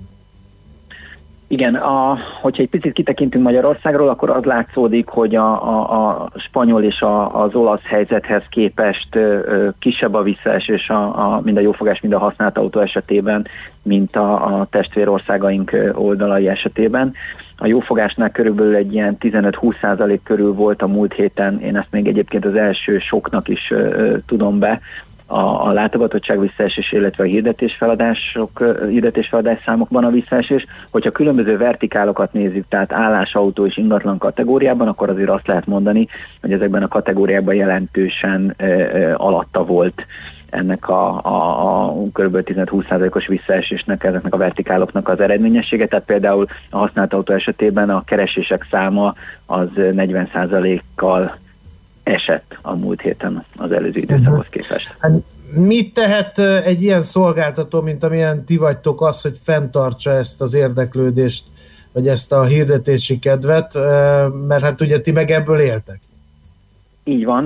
[SPEAKER 17] Igen, a, hogyha egy picit kitekintünk Magyarországról, akkor az látszódik, hogy a, a, a spanyol és a, az olasz helyzethez képest ö, kisebb a visszaesés a, a, mind a Jófogás, mind a használt autó esetében, mint a, a testvérországaink oldalai esetében. A Jófogásnál körülbelül egy ilyen tizenöt-húsz százalék körül volt a múlt héten, én ezt még egyébként az első soknak is ö, tudom be, a, a látogatottság visszaesés, illetve a hirdetésfeladások, hirdetésfeladás számokban a visszaesés. Hogyha különböző vertikálokat nézzük, tehát állásautó és ingatlan kategóriában, akkor azért azt lehet mondani, hogy ezekben a kategóriákban jelentősen ö, ö, alatta volt ennek a, a, a kb. tizenöt-húsz százalékos visszaesésnek, ezeknek a vertikáloknak az eredményessége. Tehát például a használt autó esetében a keresések száma az negyven százalékkal esett a múlt héten az előző időszakhoz képest.
[SPEAKER 5] Mit tehet egy ilyen szolgáltató, mint amilyen ti vagytok, az, hogy fenntartsa ezt az érdeklődést, vagy ezt a hirdetési kedvet, mert hát ugye ti meg ebből éltek?
[SPEAKER 17] Így van.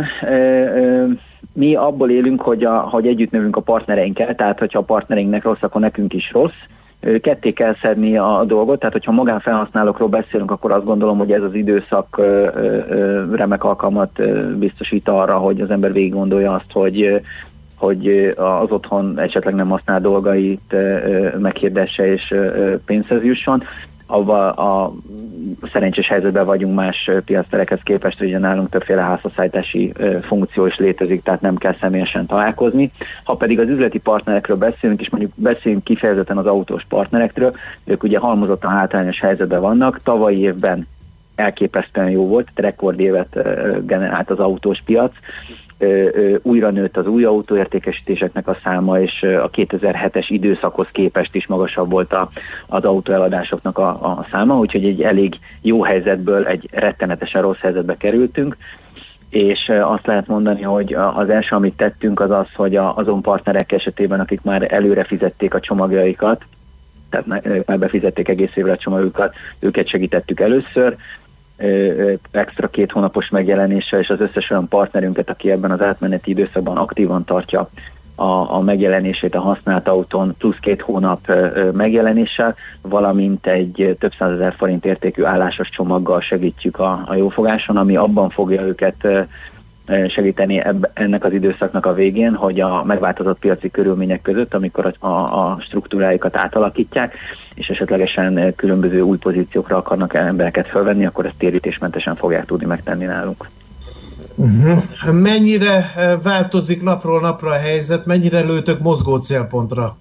[SPEAKER 17] Mi abból élünk, hogy, a, hogy együtt növünk a partnereinkkel, tehát hogyha a partnereinknek rossz, akkor nekünk is rossz. Ketté kell szedni a dolgot, tehát hogyha magánfelhasználókról beszélünk, akkor azt gondolom, hogy ez az időszak remek alkalmat biztosít arra, hogy az ember végig gondolja azt, hogy, hogy az otthon esetleg nem használ dolgait meghirdesse és pénzhez jusson. Abba a szerencsés helyzetben vagyunk más piacterekhez képest, hogy nálunk többféle házhozszállítási funkció is létezik, tehát nem kell személyesen találkozni. Ha pedig az üzleti partnerekről beszélünk, és mondjuk beszélünk kifejezetten az autós partnerekről, ők ugye halmozottan hátrányos helyzetben vannak. Tavalyi évben elképesztően jó volt, rekordévet generált az autós piac, újra nőtt az új autóértékesítéseknek a száma, és a kétezer-hetes időszakhoz képest is magasabb volt a, az autóeladásoknak a, a száma, úgyhogy egy elég jó helyzetből egy rettenetesen rossz helyzetbe kerültünk, és azt lehet mondani, hogy az első, amit tettünk, az az, hogy azon partnerek esetében, akik már előre fizették a csomagjaikat, tehát már befizették egész évre a csomagjukat, őket segítettük először, extra két hónapos megjelenéssel, és az összes olyan partnerünket, aki ebben az átmeneti időszakban aktívan tartja a, a megjelenését a használt autón, plusz két hónap megjelenéssel, valamint egy több százezer forint értékű állásos csomaggal segítjük a, a jófogáson, ami abban fogja őket segíteni ebb, ennek az időszaknak a végén, hogy a megváltozott piaci körülmények között, amikor a, a, a struktúráikat átalakítják, és esetlegesen különböző új pozíciókra akarnak embereket felvenni, akkor ezt térítésmentesen fogják tudni megtenni nálunk.
[SPEAKER 5] Uh-huh. Mennyire változik napról napra a helyzet, mennyire lőtök mozgó célpontra?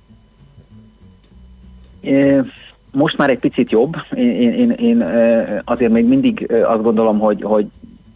[SPEAKER 17] Most már egy picit jobb. Én, én, én azért még mindig azt gondolom, hogy, hogy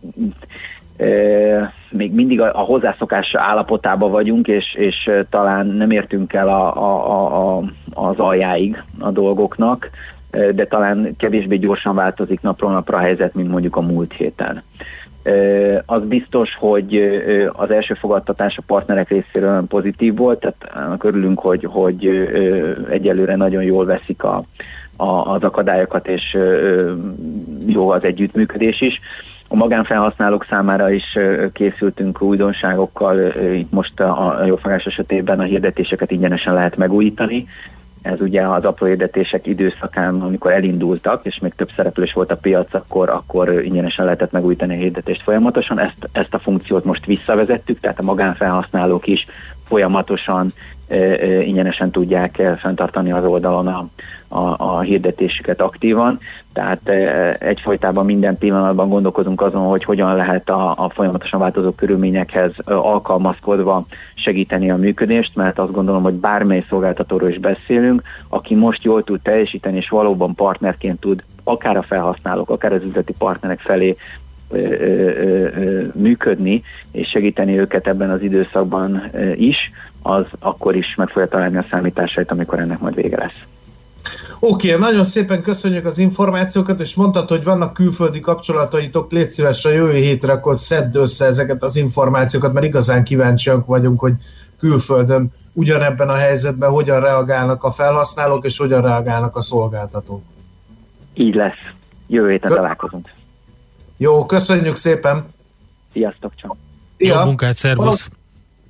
[SPEAKER 17] még mindig a, a hozzászokás állapotában vagyunk, és, és talán nem értünk el a, a, a, az aljáig a dolgoknak, de talán kevésbé gyorsan változik napról napra a helyzet, mint mondjuk a múlt héten. Az biztos, hogy az első fogadtatás a partnerek részéről pozitív volt, tehát örülünk, hogy, hogy egyelőre nagyon jól veszik a, a, az akadályokat, és jó az együttműködés is. A magánfelhasználók számára is készültünk újdonságokkal, itt most a jófogás esetében a hirdetéseket ingyenesen lehet megújítani. Ez ugye az apró hirdetések időszakán, amikor elindultak, és még több szereplős volt a piac, akkor, akkor ingyenesen lehetett megújítani a hirdetést folyamatosan. Ezt, ezt a funkciót most visszavezettük, tehát a magánfelhasználók is folyamatosan e, e, ingyenesen tudják fenntartani az oldalon a, a, a hirdetésüket aktívan. Tehát e, egyfolytában minden pillanatban gondolkozunk azon, hogy hogyan lehet a, a folyamatosan változó körülményekhez alkalmazkodva segíteni a működést, mert azt gondolom, hogy bármely szolgáltatóról is beszélünk, aki most jól tud teljesíteni, és valóban partnerként tud akár a felhasználók, akár az üzleti partnerek felé Ö, ö, ö, működni, és segíteni őket ebben az időszakban ö, is, az akkor is meg fogja találni a számításait, amikor ennek majd vége lesz.
[SPEAKER 5] Oké, okay, nagyon szépen köszönjük az információkat, és mondtad, hogy vannak külföldi kapcsolataitok, légy szíves a jövő hétre, akkor szedd össze ezeket az információkat, mert igazán kíváncsiak vagyunk, hogy külföldön ugyanebben a helyzetben hogyan reagálnak a felhasználók, és hogyan reagálnak a szolgáltatók.
[SPEAKER 17] Így lesz. Jövő héten találkozunk.
[SPEAKER 5] Jó, köszönjük szépen!
[SPEAKER 17] Sziasztok, csak!
[SPEAKER 4] Jó munkát, szervusz!
[SPEAKER 5] Palot...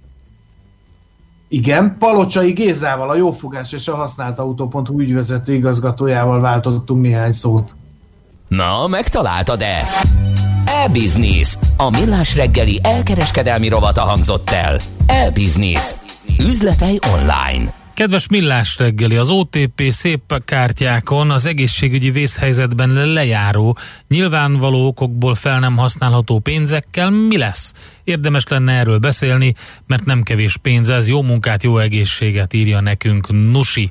[SPEAKER 5] Igen, Palocsai Gézával, a Jófogás és a használt autó pont hu ügyvezető igazgatójával váltottunk néhány szót.
[SPEAKER 1] Na, megtaláltad-e? E-Business, a millás reggeli elkereskedelmi rovata hangzott el. E-Business, üzletei online.
[SPEAKER 4] Kedves millás reggeli, az o té pé szép kártyákon az egészségügyi vészhelyzetben lejáró, nyilvánvaló okokból fel nem használható pénzekkel mi lesz? Érdemes lenne erről beszélni, mert nem kevés pénz ez, jó munkát, jó egészséget, írja nekünk Nusi.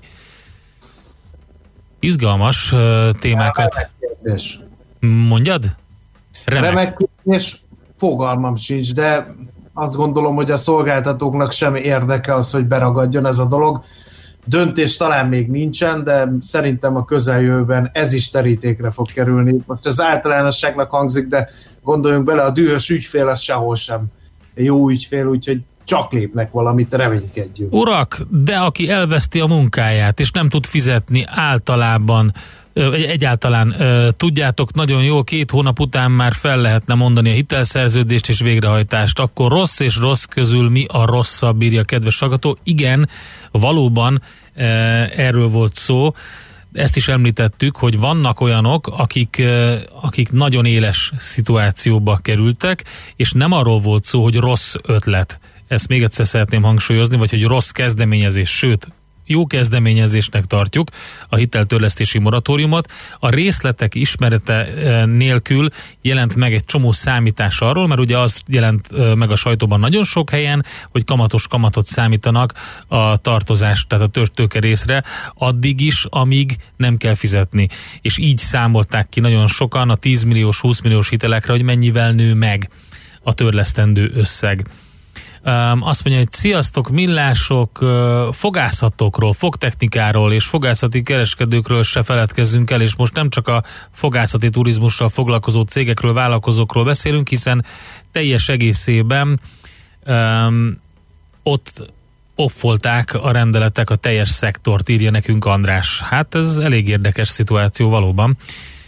[SPEAKER 4] Izgalmas uh, témákat.
[SPEAKER 5] Remek kérdés.
[SPEAKER 4] Mondjad? Remek.
[SPEAKER 5] Remek kérdés, fogalmam sincs, de azt gondolom, hogy a szolgáltatóknak sem érdeke az, hogy beragadjon ez a dolog. Döntés talán még nincsen, de szerintem a közeljövőben ez is terítékre fog kerülni. Most ez általánosságnak hangzik, de gondoljunk bele, a dühös ügyfél az sehol sem jó ügyfél, úgyhogy csak lépnek valamit, reménykedjünk.
[SPEAKER 4] Urak, de aki elveszti a munkáját, és nem tud fizetni általában, egyáltalán tudjátok nagyon jól, két hónap után már fel lehetne mondani a hitelszerződést és végrehajtást, akkor rossz és rossz közül mi a rosszabb, írja a kedves hallgató. Igen, valóban erről volt szó, ezt is említettük, hogy vannak olyanok, akik, akik nagyon éles szituációba kerültek, és nem arról volt szó, hogy rossz ötlet. Ezt még egyszer szeretném hangsúlyozni, vagy hogy rossz kezdeményezés, sőt, jó kezdeményezésnek tartjuk a hiteltörlesztési moratóriumot. A részletek ismerete nélkül jelent meg egy csomó számítás arról, mert ugye az jelent meg a sajtóban nagyon sok helyen, hogy kamatos kamatot számítanak a tartozás, tehát a tőke részre, addig is, amíg nem kell fizetni. És így számolták ki nagyon sokan a tíz milliós, húsz milliós hitelekre, hogy mennyivel nő meg a törlesztendő összeg. Um, azt mondja, hogy sziasztok, millások, uh, fogászatokról, fogtechnikáról és fogászati kereskedőkről se feledkezzünk el, és most nem csak a fogászati turizmussal foglalkozó cégekről, vállalkozókról beszélünk, hiszen teljes egészében um, ott offolták a rendeletek a teljes szektort, írja nekünk András. Hát ez elég érdekes szituáció valóban.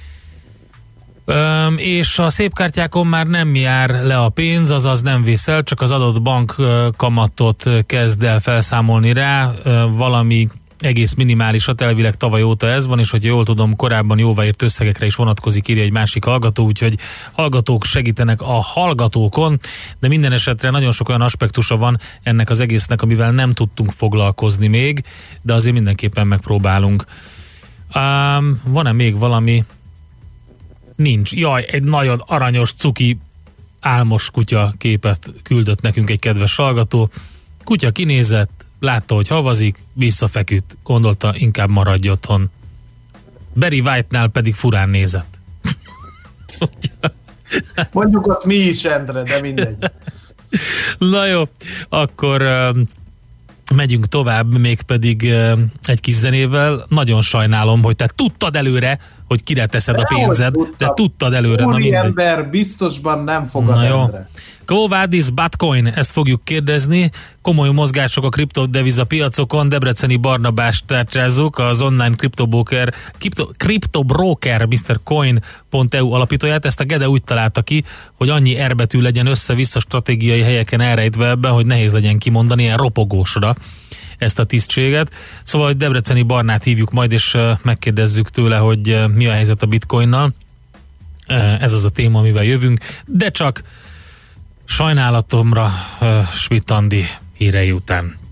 [SPEAKER 4] Üm, és a szépkártyákon már nem jár le a pénz, azaz nem viszel, csak az adott bank kamatot kezd el felszámolni rá, valami egész minimálisat, elvileg tavaly óta ez van, és hogy jól tudom, korábban jóváírt összegekre is vonatkozik, írja egy másik hallgató, úgyhogy hallgatók segítenek a hallgatókon, de minden esetre nagyon sok olyan aspektusa van ennek az egésznek, amivel nem tudtunk foglalkozni még, de azért mindenképpen megpróbálunk. Um, van-e még valami? Nincs. Jaj, egy nagyon aranyos, cuki, álmos kutya képet küldött nekünk egy kedves hallgató. Kutya kinézett, látta, hogy havazik, visszafeküdt, gondolta, inkább maradj otthon. Barry White-nál pedig furán nézett.
[SPEAKER 5] Mondjuk ott mi is, Endre, de mindegy.
[SPEAKER 4] Na jó, akkor um, megyünk tovább, mégpedig uh, egy kis zenével. Nagyon sajnálom, hogy te tudtad előre, hogy kire teszed de a pénzed, de tudtad előre.
[SPEAKER 5] Úri ember biztosban nem fogad,
[SPEAKER 4] na jó.
[SPEAKER 5] Endre.
[SPEAKER 4] Go Vadis Bitcoin, ezt fogjuk kérdezni. Komoly mozgások a kriptodeviza piacokon, Debreceni Barnabást tárcsázzuk, az online kriptobroker, kripto, kriptobroker miszter coin pont e u alapítóját. Ezt a Gede úgy találta ki, hogy annyi erbetű legyen össze-vissza stratégiai helyeken elrejtve ebben, hogy nehéz legyen kimondani ilyen ropogósra ezt a tisztséget. Szóval, hogy Debreceni Barnát hívjuk majd, és megkérdezzük tőle, hogy mi a helyzet a bitcoinnal. Ez az a téma, amivel jövünk, de csak sajnálatomra uh, Schmidt Andi hírei után.